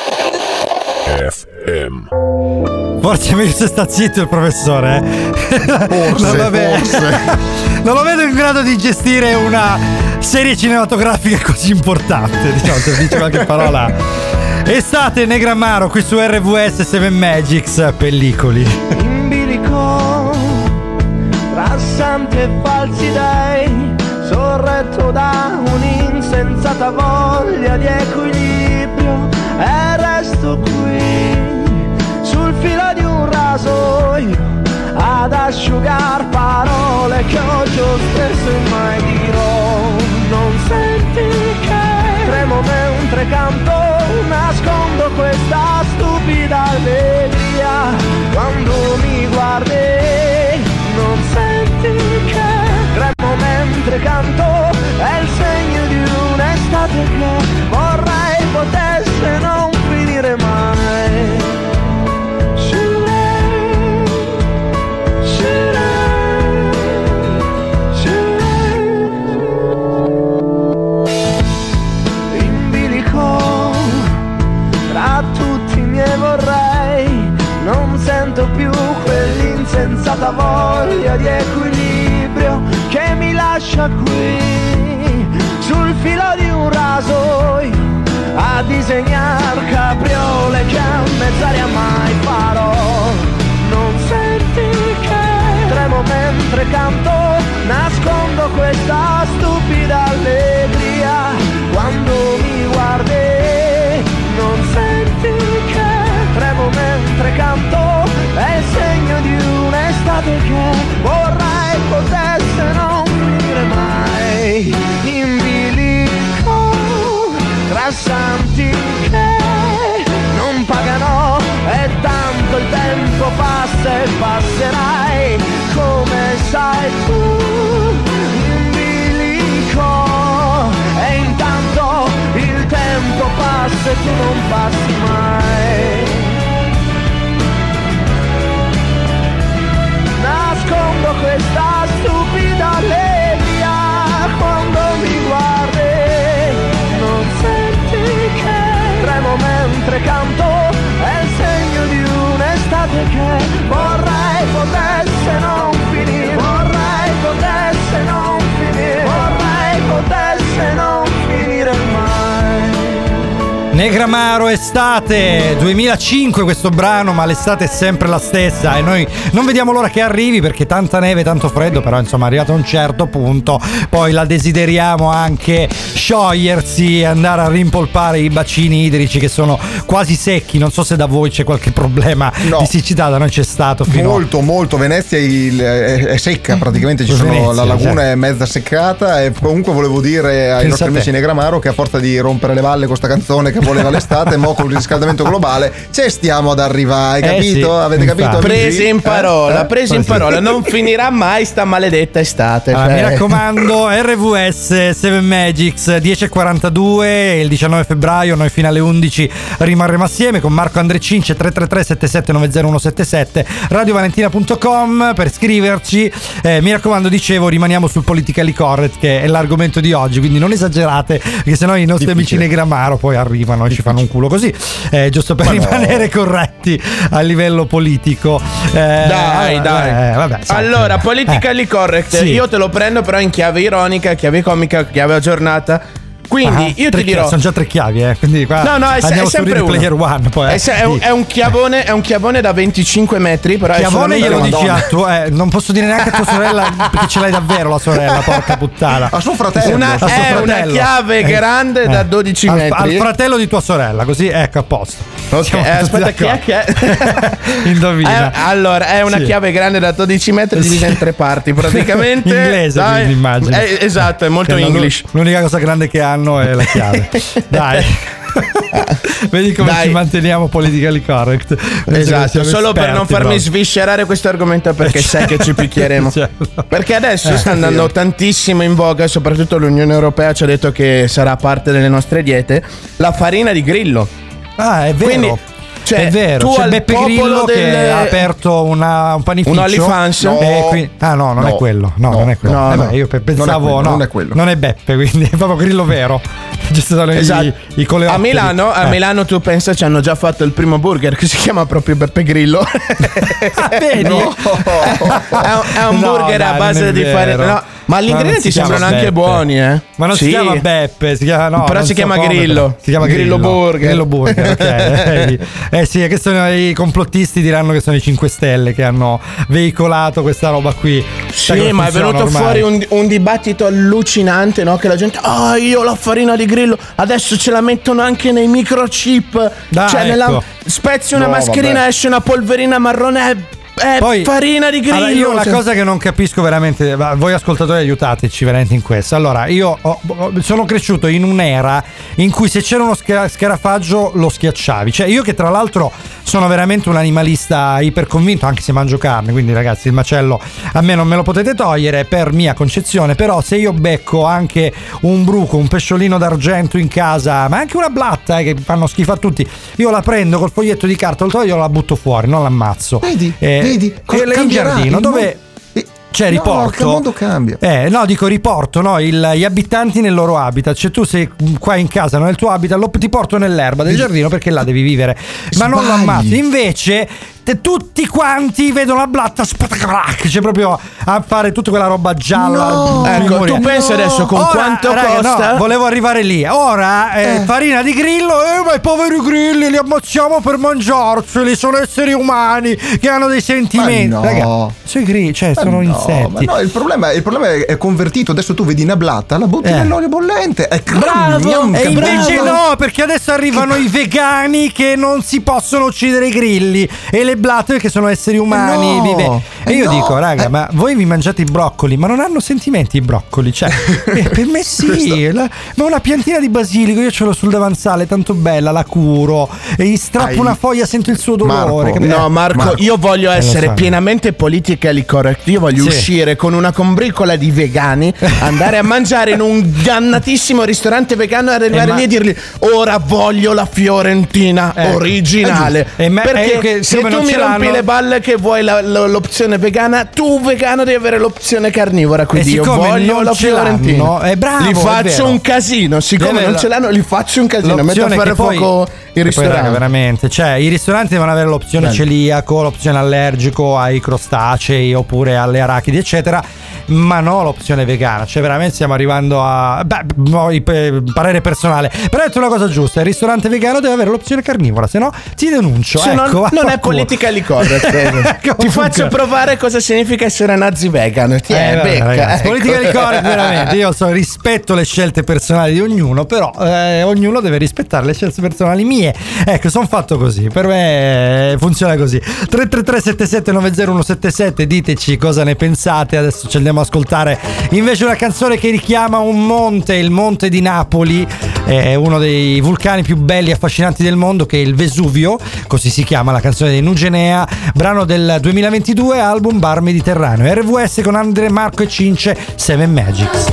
F M. Forse è meglio se sta zitto il professore, eh? Forse, no, vabbè. forse. Non lo vedo in grado di gestire una serie cinematografica così importante. Diciamo, se dice qualche parola. Estate Negramaro qui su R V S sette Magics Pellicoli. In bilico tra santi e falsi dei, sorretto da un'insensata voglia di equilibrio, e resto qui sul filo di un rasoio ad asciugar parole che oggi ho spesso e mai dirò. Non senti che tremo mentre canto, nascondo questa stupida allegria quando mi guardi. Non senti che tremo mentre canto, è il segno di un'estate che vorrei potesse non finire mai. In bilico tra tutti i miei vorrei, non sento più quell'insensata voglia di equilibrio che mi lascia qui sul filo di un rasoio a disegnar capriole che a mezz'aria mai farò. Non senti che tremo mentre canto, nascondo questa stupida allegria quando mi guardi. Non senti che tremo mentre canto, è il segno di un'estate che vorrei potesse non finire mai. In bilico tra santi che non pagano, e tanto il tempo passa e passerai, come sai tu. In bilico, e intanto il tempo passa e tu non passi mai. Nascondo questa stupida allegria quando mi guardi. Non senti che tremo mentre canto, è il segno di un'estate che vorrei potesse non finire. Vorrei potesse non finire. Vorrei potesse non finire. Negramaro estate duemilacinque questo brano, ma l'estate è sempre la stessa e noi non vediamo l'ora che arrivi perché tanta neve, tanto freddo, però insomma arrivato a un certo punto poi la desideriamo anche sciogliersi e andare a rimpolpare i bacini idrici che sono quasi secchi. Non so se da voi c'è qualche problema No. di siccità, da noi c'è stato fino Molto, molto. Venezia il- è, è secca, praticamente ci sono Venezia, la laguna certo. è mezza seccata. E comunque volevo dire ai Pensa nostri a te. amici Negramaro che a forza di rompere le balle con sta canzone che voleva l'estate, mo con il riscaldamento globale ci stiamo ad arrivare, hai Eh capito? sì, Avete infatti. capito? amici? Presi in parola, Eh? presi in Sì. parola, non finirà mai sta maledetta estate. Allora, cioè. mi raccomando, R V S Seven Magics dieci e quarantadue, il diciannove febbraio noi fino alle undici rimarremo assieme con Marco Andrecince. Tre tre tre sette sette nove zero uno sette sette radiovalentina punto com per scriverci. Eh, mi raccomando, dicevo, rimaniamo sul politically correct che è l'argomento di oggi, quindi non esagerate perché sennò i nostri amici Negramaro poi arrivano e ci fanno un culo così, eh, giusto per Ma no. rimanere corretti a livello politico. Eh, Dai, allora, dai. eh, vabbè, sai. Allora, politically Eh, correct. sì. Io te lo prendo però in chiave ironica, chiave comica, chiave aggiornata. Quindi Ah, io tre ti dirò. chiavi, sono già tre chiavi, eh, quindi qua No, no, è, se- andiamo è su sempre Ready uno. Player One. Poi, eh. è, se- è un, Sì. è un chiavone, è un chiavone da venticinque metri, però Chiavone è glielo solamente dici una a tuo, eh, non posso dire neanche a tua sorella perché ce l'hai davvero la sorella, porca puttana. A suo fratello. Una, A suo è una fratello. chiave Eh, grande eh. da dodici Al- metri. Al, fratello di tua sorella, così ecco a posto. Ok, Siamo eh, tutti aspetta, chi è d'accordo. che è? Indovina. Eh, allora, è una Sì. chiave grande da dodici metri divisa in tre parti, praticamente. Inglese, Dai. quindi immagino. Eh, esatto, è molto Che hanno- English. L'unica cosa grande che hanno è la chiave. Dai. Vedi come Dai. ci manteniamo politically correct. Penso che Esatto, siamo solo per non esperti farmi proprio. sviscerare questo argomento perché sai che ci picchieremo. Certo. Perché adesso Eh, sta andando tantissimo in voga, soprattutto l'Unione Europea ci ha detto che sarà parte delle nostre diete, la farina di grillo. Ah, è vero. Quindi, cioè, è vero, tu c'è al Beppe popolo Grillo che del- ha aperto una, un panificio. Un OnlyFans? E No. qui- ah no, non No. è quello. No, No. non è quello. No, Eh no. beh, io pe- Non è pensavo quello, no, non è quello. non è Beppe, quindi è proprio Grillo vero. Ci sono i, Esatto. i, i coleotteri. A Milano, a Eh. Milano tu pensa ci hanno già fatto il primo burger che si chiama proprio Beppe Grillo. Ah, vedi? è un, è un No, burger dai, a base non è di farina. vero. No, ma gli Ma non ingredienti si chiama sembrano anche Beppe. buoni, eh. Ma non Sì. si chiama Beppe, si chiama, no, Però non si so chiama come, Grillo. però. Si chiama Grillo Burger. Grillo Burger, ok. eh, eh sì, che sono i complottisti diranno che sono i cinque Stelle che hanno veicolato questa roba qui. Sai Sì, come ma è funziona venuto ormai? fuori un, un dibattito allucinante, no? Che la gente, ah, io la farina di grillo, adesso ce la mettono anche nei microchip. Dai, cioè, nella, ecco. spezzi una No, mascherina, vabbè. esce una polverina marrone. È, è Poi, farina di grillo. allora, io una Cioè, cosa che non capisco veramente, ma voi ascoltatori aiutateci veramente in questo. Allora, io ho- ho- sono cresciuto in un'era in cui se c'era uno sca- scarafaggio lo schiacciavi. Cioè, io che tra l'altro sono veramente un animalista iperconvinto, anche se mangio carne, quindi ragazzi il macello a me non me lo potete togliere per mia concezione, però se io becco anche un bruco, un pesciolino d'argento in casa, ma anche una blatta eh, che fanno schifo a tutti, io la prendo col foglietto di carta, lo toglio, la butto fuori, non l'ammazzo. Vedi, Eh, vedi, e cosa in cambierà? giardino Il dove mondo- Eh, cioè no, riporto il mondo cambia. eh no dico riporto no, il- gli abitanti nel loro habitat, cioè tu sei qua in casa, non è il tuo habitat, lo, ti porto nell'erba del giardino perché là devi vivere, ma non lo Sbagli. ammazzi. Invece te- tutti quanti vedono la blatta spatacrac, cioè proprio a fare tutta quella roba gialla. No. di Ecco, morire. tu pensi adesso con Ora, quanto raga, costa? no, volevo arrivare lì. Ora eh, Eh. farina di grillo, eh, ma i poveri grilli li ammazziamo per mangiarceli, sono esseri umani che hanno dei sentimenti. Ma no. Raga, sui grilli, cioè Ma sono no, insetti. Ma no, il problema, il problema è- è convertito. Adesso tu vedi una blatta, la butti Eh. nell'olio bollente. È Bravo, E Che invece bravo. no, perché adesso arrivano i vegani che non si possono uccidere i grilli e le blatte che sono esseri umani. Eh no, vive- E eh io no, dico, raga, eh. ma voi vi mangiate i broccoli, ma non hanno sentimenti i broccoli? Cioè, eh, per me sì, la- ma una piantina di basilico, io ce l'ho sul davanzale, tanto bella, la curo e gli strappo Hai- una foglia, sento il suo dolore. Marco, capito? No, Eh, Marco, Marco. io voglio lo essere so. pienamente politically correct. Io voglio Sì. uscire con una combricola di vegani, andare a mangiare in un dannatissimo ristorante vegano e arrivare Eh, ma- lì e dirgli: ora voglio la fiorentina Ecco, originale. è giusto. E ma- Perché è che se come tu non mi ce rompi l'hanno- le balle che vuoi la- la- l'opzione vegana, tu vegano devi avere l'opzione carnivora. Quindi io siccome voglio non la ce fiorentina. l'hanno, è bravo, Li è faccio vero. un casino. Siccome Deve non la- ce l'hanno, li faccio un casino. Metto a L'opzione fare che poi- fuoco il che poi, ristorante. raga, veramente, cioè i ristoranti devono avere l'opzione Bello. celiaco, l'opzione allergico ai crostacei oppure alle arachidi eccetera, ma no l'opzione vegana, cioè veramente stiamo arrivando a beh, no, parere personale, però hai detto una cosa giusta, il ristorante vegano deve avere l'opzione carnivora, se no ti denuncio. Se ecco, non, non è politically correct. Ti faccio provare cosa significa essere nazi vegan. Ti eh, è vabbè, becca, ragazzi, ecco. politically correct veramente, io so, rispetto le scelte personali di ognuno, però eh, ognuno deve rispettare le scelte personali mie, ecco, sono fatto così, per me funziona così. Tre tre tre sette sette nove zero uno sette sette, diteci cosa ne pensate. Adesso ci andiamo a ascoltare invece una canzone che richiama un monte, il monte di Napoli, è uno dei vulcani più belli e affascinanti del mondo, che è il Vesuvio, così si chiama la canzone di Nugenea, brano del duemilaventidue, album Bar Mediterraneo. R V S con Andre, Marco e Cince, Seven Magics.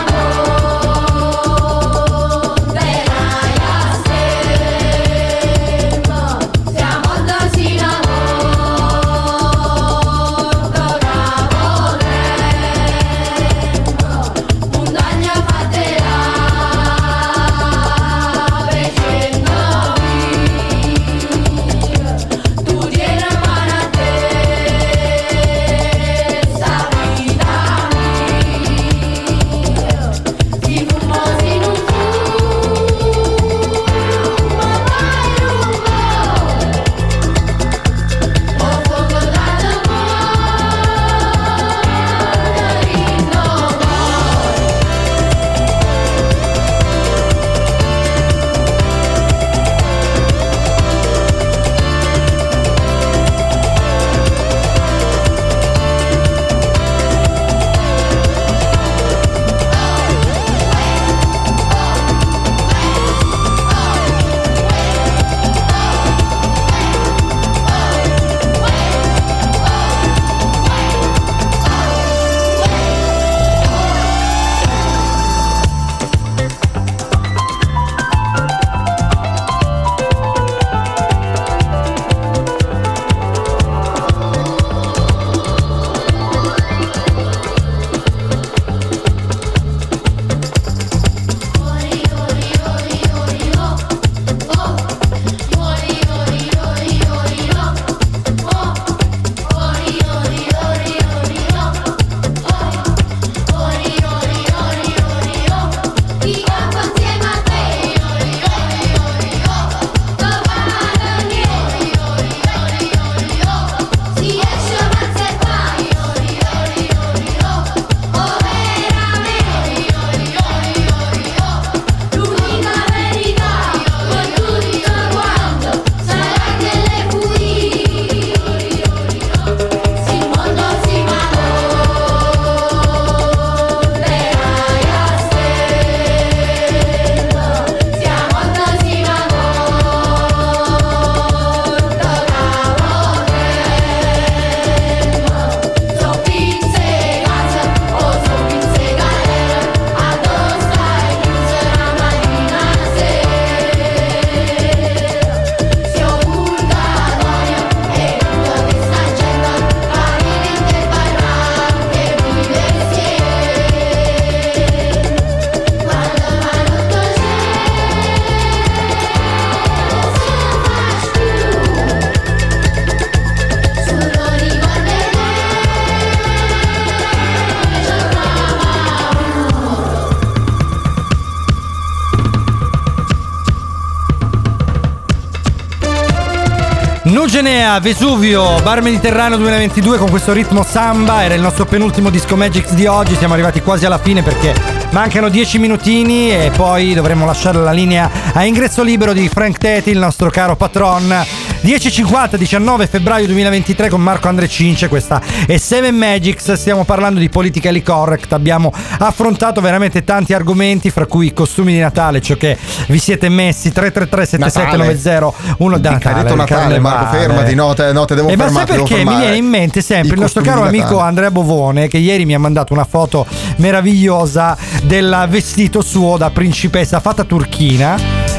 Nugenea, Vesuvio, Bar Mediterraneo duemilaventidue con questo ritmo samba. Era il nostro penultimo Disco Magics di oggi. Siamo arrivati quasi alla fine perché mancano dieci minutini e poi dovremo lasciare la linea a ingresso libero di Frank Teti, il nostro caro patron. dieci e cinquanta, diciannove febbraio duemilaventitré con Marco Andre Cince. Questa è Seven Magics. Stiamo parlando di politically correct. Abbiamo affrontato veramente tanti argomenti, fra cui i costumi di Natale, ciò che vi siete messi. Tre tre tre sette sette nove zero uno da Natale. Hai detto Natale, Marco, fermati, no, te, no, te devo e fermare. Ma sai perché mi viene in mente sempre il nostro caro amico Andrea Bovone, che ieri mi ha mandato una foto meravigliosa del vestito suo da principessa fatta turchina,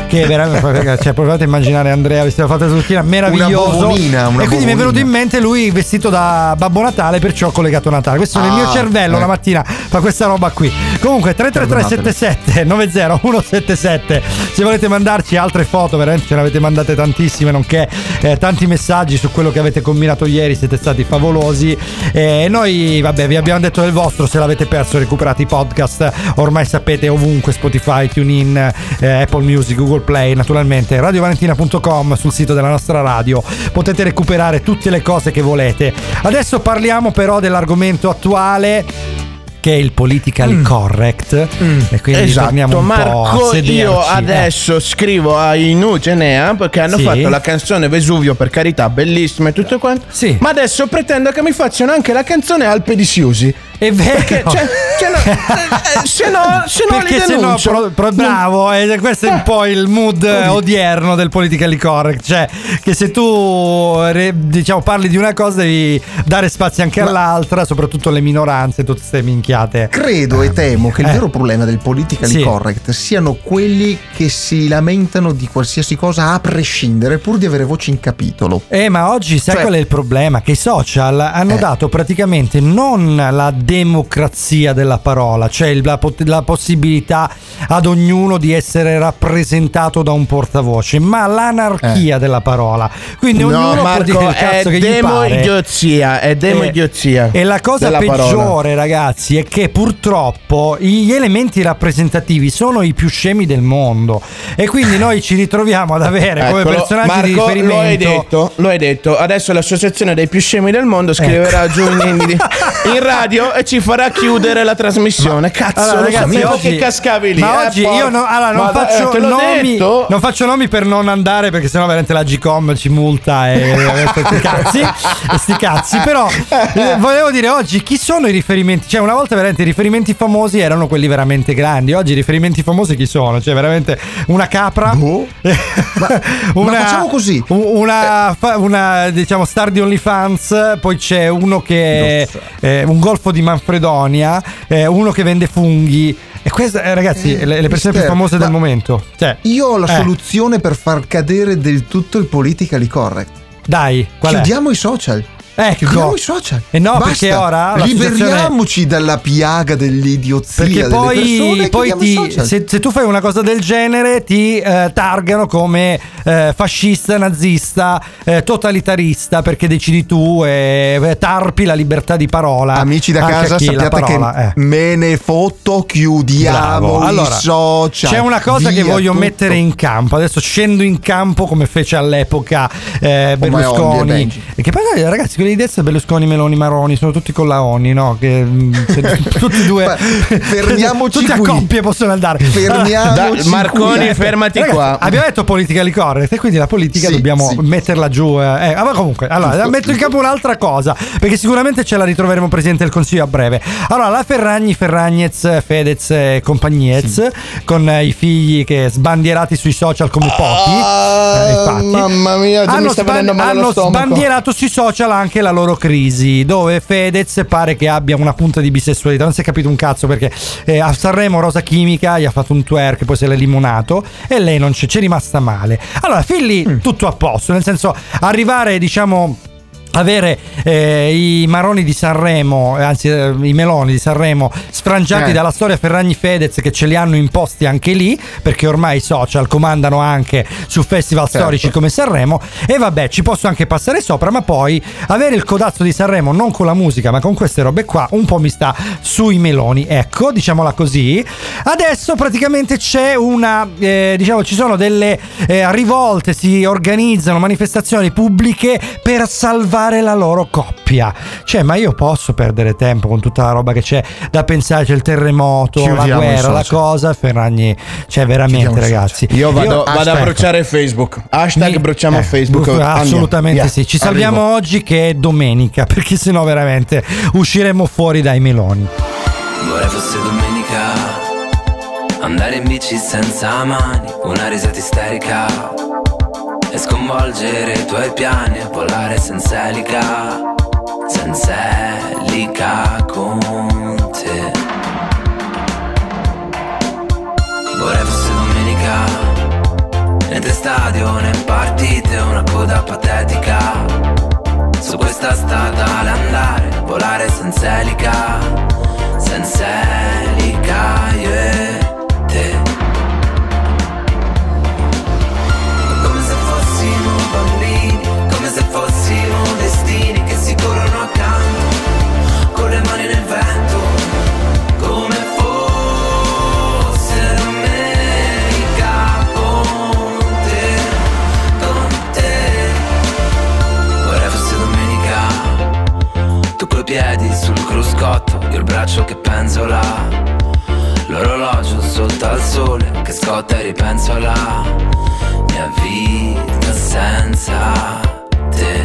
che veramente, cioè, provate a immaginare Andrea vestito da fatta zucchina, meraviglioso. Una bobonina, una e quindi mi è venuto bobonina. in mente lui vestito da Babbo Natale, perciò ho collegato Natale. Questo Ah, nel mio cervello eh. la mattina fa questa roba qui. Comunque tre tre tre sette sette nove zero uno sette sette, se volete mandarci altre foto, veramente ce ne avete mandate tantissime, nonché eh, tanti messaggi su quello che avete combinato ieri, siete stati favolosi. E eh, noi vabbè vi abbiamo detto del vostro, se l'avete perso recuperate i podcast, ormai sapete, ovunque, Spotify, TuneIn, eh, Apple Music, Google Play, naturalmente radio valentina punto com, sul sito della nostra radio potete recuperare tutte le cose che volete. Adesso parliamo però dell'argomento attuale, che è il politically Mm. correct, Mm. e quindi Esatto, torniamo un po' a Marco, sederci. io adesso scrivo a Inu Genea perché hanno Sì. fatto la canzone Vesuvio, per carità, bellissima e tutto quanto. Sì. Ma adesso pretendo che mi facciano anche la canzone Alpe di Siusi. È vero. Perché cioè, cioè, no, eh, se no, se no Perché li se no, denuncio. pro- pro- bravo, e questo è un po' il mood eh, odierno del politically correct, cioè che se tu re- diciamo parli di una cosa devi dare spazio anche all'altra, soprattutto alle minoranze, tutte queste minchiate. Credo e temo che il Eh. vero problema del politically Sì. correct siano quelli che si lamentano di qualsiasi cosa a prescindere, pur di avere voce in capitolo. Eh, ma oggi sai Cioè- qual è il problema? Che i social hanno Eh. dato praticamente non la democrazia della parola, cioè il- la, pot- la possibilità ad ognuno di essere rappresentato da un portavoce, ma l'anarchia della parola. Quindi No, ognuno può dire Marco, il cazzo è che gli pare. demo-idiozia, è demo-idiozia E la cosa della peggiore, parola. ragazzi, è che purtroppo gli elementi rappresentativi sono i più scemi del mondo. E quindi noi ci ritroviamo ad avere come Eccolo, personaggi Marco, di riferimento. lo hai detto, lo hai detto. Adesso l'associazione dei più scemi del mondo scriverà Ecco. giù in, in radio e ci farà chiudere la trasmissione. Cazzo, Allora, lo ragazzi, sapevo oggi- che cascavi lì. Ma eh, oggi porca- io no- allora, non, Ma dai, faccio eh, te l'ho nomi, detto. non faccio nomi per non andare, perché sennò veramente la G-Com ci multa e sti cazzi, e sti cazzi. Però eh, volevo dire oggi chi sono i riferimenti? Cioè, una volta veramente i riferimenti famosi erano quelli veramente grandi. Oggi i riferimenti famosi chi sono? Cioè, veramente una capra. Boh. una, ma facciamo così. Una, fa- una diciamo star di OnlyFans, poi c'è uno che è eh, un golfo di Manfredonia, eh, uno che vende funghi. E queste, eh, ragazzi, Eh, le, le persone più mister, famose del ma momento. Cioè, Io ho la eh, soluzione per far cadere del tutto il politically correct. Dai, qual è? Chiudiamo i social. Eh, che Chiudiamo co- i social. Eh no, Basta. perché ora la situazione- liberiamoci dalla piaga dell'idiozia Perché delle poi, persone e poi chiudiamo i ti, social. se, se tu fai una cosa del genere ti eh, targano come eh, fascista, nazista, eh, totalitarista, perché decidi tu e tarpi la libertà di parola. Amici da anche a casa, chi la sappiate parola, che eh. me ne fotto, chiudiamo Bravo. Allora, i social. c'è una cosa che via voglio tutto. mettere in campo. Adesso scendo in campo come fece all'epoca eh, Come Olli e Berlusconi. Benji. E che poi ragazzi, quelli di destra, Berlusconi, Meloni, Maroni, sono tutti con la Oni, no? Che mm, cioè, tutti e due. fermiamoci tutti qui. a coppie possono andare. Fermiamoci Da- Marconi, qui. fermati Ragazzi, qua. abbiamo detto politically correct e quindi la politica Sì, dobbiamo sì. metterla giù. Eh. Eh, ma comunque, allora Giusto, metto in giusto. campo un'altra cosa, perché sicuramente ce la ritroveremo Presidente del Consiglio a breve. Allora, la Ferragni, Ferragnez, Fedez e compagniez, con eh, i figli che sbandierati sui social come pochi. eh, infatti, mamma mia, già mi hanno, sta sban- venendo male hanno lo stomaco. sbandierato sui social anche la loro crisi, dove Fedez pare che abbia una punta di bisessualità, non si è capito un cazzo, perché eh, a Sanremo Rosa Chimica gli ha fatto un twerk, poi se l'è limonato e lei non c'è, c'è rimasta male. Allora, fin lì Mm. tutto a posto, nel senso arrivare, diciamo, avere eh, i Maroni di Sanremo, eh, anzi eh, i Meloni di Sanremo sfrangiati Eh. dalla storia Ferragni-Fedez, che ce li hanno imposti anche lì, perché ormai i social comandano anche su festival Certo. storici come Sanremo. E vabbè, ci posso anche passare sopra, ma poi avere il codazzo di Sanremo non con la musica ma con queste robe qua un po' mi sta sui meloni, ecco, diciamola così. Adesso praticamente c'è una eh, diciamo, ci sono delle eh, rivolte, si organizzano manifestazioni pubbliche per salvare la loro coppia. Cioè, ma io posso perdere tempo con tutta la roba che c'è da pensare, c'è il terremoto, Chiudiamo la i guerra, la social. cosa, Ferragni, cioè veramente Chiudiamo i ragazzi. Io vado, vado a aspetta. bruciare Facebook. Hashtag Mi- bruciamo eh, Facebook. bru- Andiamo. Assolutamente Via. sì. Ci salviamo Arrivo. oggi che è domenica, perché sennò veramente usciremo fuori dai meloni. Vorrei fosse domenica, andare in bici senza mani, una risata isterica e sconvolgere i tuoi piani e volare senza elica, senza elica con te. Vorrei fosse domenica, Mentre stadio né partite, una coda patetica. Su questa strada all'andare, volare senza elica, senza elica, io e te. Come se fossimo bambini, come se fossimo destini che si corrono accanto, con le mani nel vento, come fosse domenica con te, con te. Vorrei fosse domenica, tu coi piedi sul cruscotto, io il braccio che penzola, l'orologio sotto al sole che scotta e ripenso alla mia vita senza te.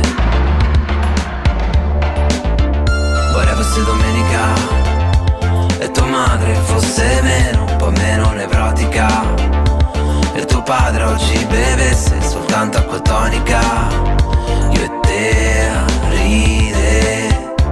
Vorrei fosse domenica e tua madre fosse meno, un po' meno nevrotica, e tuo padre oggi bevesse soltanto acqua tonica, io e te a ridere.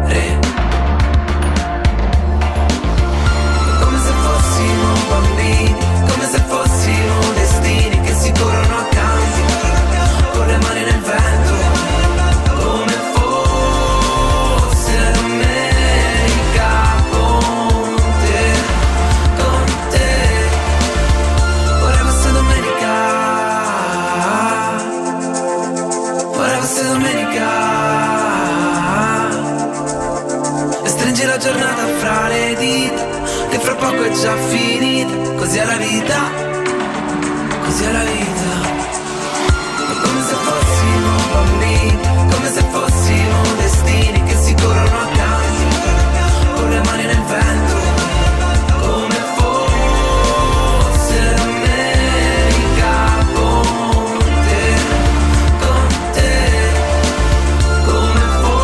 Come se fossimo bambini, come se fossimo destini che si corrono accanto, con le mani nel vento, come fosse domenica con te, con te. Vorrei fosse domenica, vorrei fosse domenica, e stringi la giornata fra le dita, che fra poco è già finita. Così è la vita, così è la vita. Come se fossimo bambini, come se fossimo destini che si corrono accanto, con le mani nel vento, come fosse domenica con te, con te, come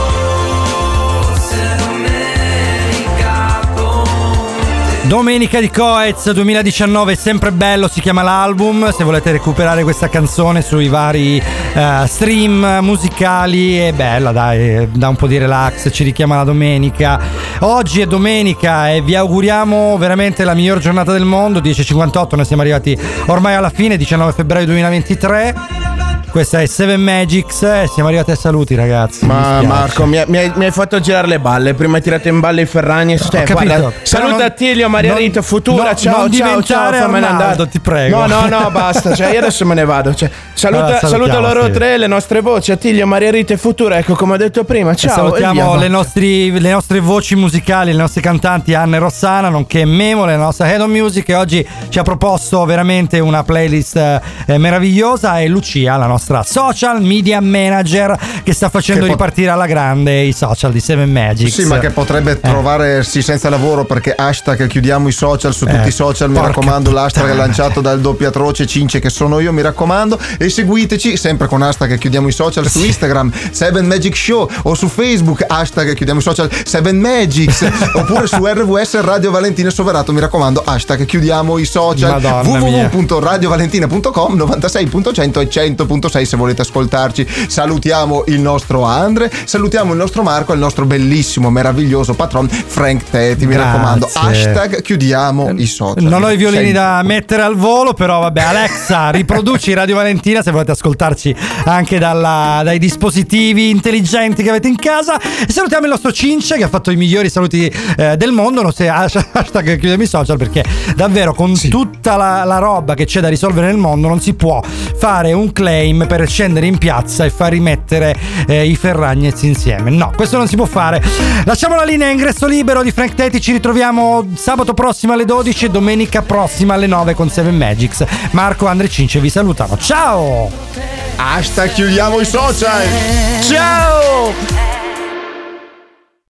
fosse domenica con te. Domenica di Coez duemiladiciannove, sempre bello, si chiama l'album. Se volete recuperare questa canzone sui vari uh, stream musicali, è bella, dai, dà un po' di relax, ci richiama la domenica. Oggi è domenica e vi auguriamo veramente la miglior giornata del mondo. dieci e cinquantotto, noi siamo arrivati ormai alla fine, diciannove febbraio duemilaventitré. Questa è Seven Magics e siamo arrivati ai saluti, ragazzi. Ma Marco, mi, mi, hai, mi hai fatto girare le balle. Prima hai tirato in balle i Ferragni. Cioè, guarda, saluta non, Tilio, Maria non, Rita, Futura. No, ciao, non ciao, ciao. Fammene andare, ti prego. No, no, no, basta. Cioè, io adesso me ne vado. Cioè, saluta, allora, saluta loro sì. tre, le nostre voci. Attilio, Maria Rita e Futura. Ecco, come ho detto prima. Ciao. E salutiamo e le, nostri, le nostre voci musicali, le nostre cantanti Anna e Rossana, nonché Memo, la nostra Head on Music, che oggi ci ha proposto veramente una playlist eh, meravigliosa, e Lucia, la nostra social media manager, che sta facendo che pot- ripartire alla grande i social di Seven Magics. Sì, ma che potrebbe eh. trovarsi senza lavoro, perché hashtag chiudiamo i social su tutti eh, i social, mi raccomando, l'hashtag lanciato dal doppio atroce Cince che sono io, mi raccomando, e seguiteci sempre con hashtag chiudiamo i social su Instagram Seven Magic Show, o su Facebook hashtag chiudiamo i social Seven Magics, oppure su R V S Radio Valentina Soverato, mi raccomando, hashtag chiudiamo i social. w w w punto radio valentina punto com, novantasei punto cento e cento punto sei se volete ascoltarci. Salutiamo il nostro Andre, salutiamo il nostro Marco e il nostro bellissimo, meraviglioso patron Frank Teti, mi Grazie. raccomando, hashtag chiudiamo i social. Non ho i violini da mettere al volo, però vabbè, Alexa, riproduci Radio Valentina se volete ascoltarci anche dalla, dai dispositivi intelligenti che avete in casa. E salutiamo il nostro Cince, che ha fatto i migliori saluti eh, del mondo, non se hashtag chiudiamo i social, perché davvero con sì. tutta la, la roba che c'è da risolvere nel mondo non si può fare un claim per scendere in piazza e far rimettere eh, i Ferragnez insieme. No, questo non si può fare. Lasciamo la linea a ingresso libero di Frank Teti. Ci ritroviamo sabato prossimo alle dodici e domenica prossima alle nove con Seven Magics. Marco, Andre, Cince vi salutano. Ciao! Hashtag chiudiamo i social. Ciao!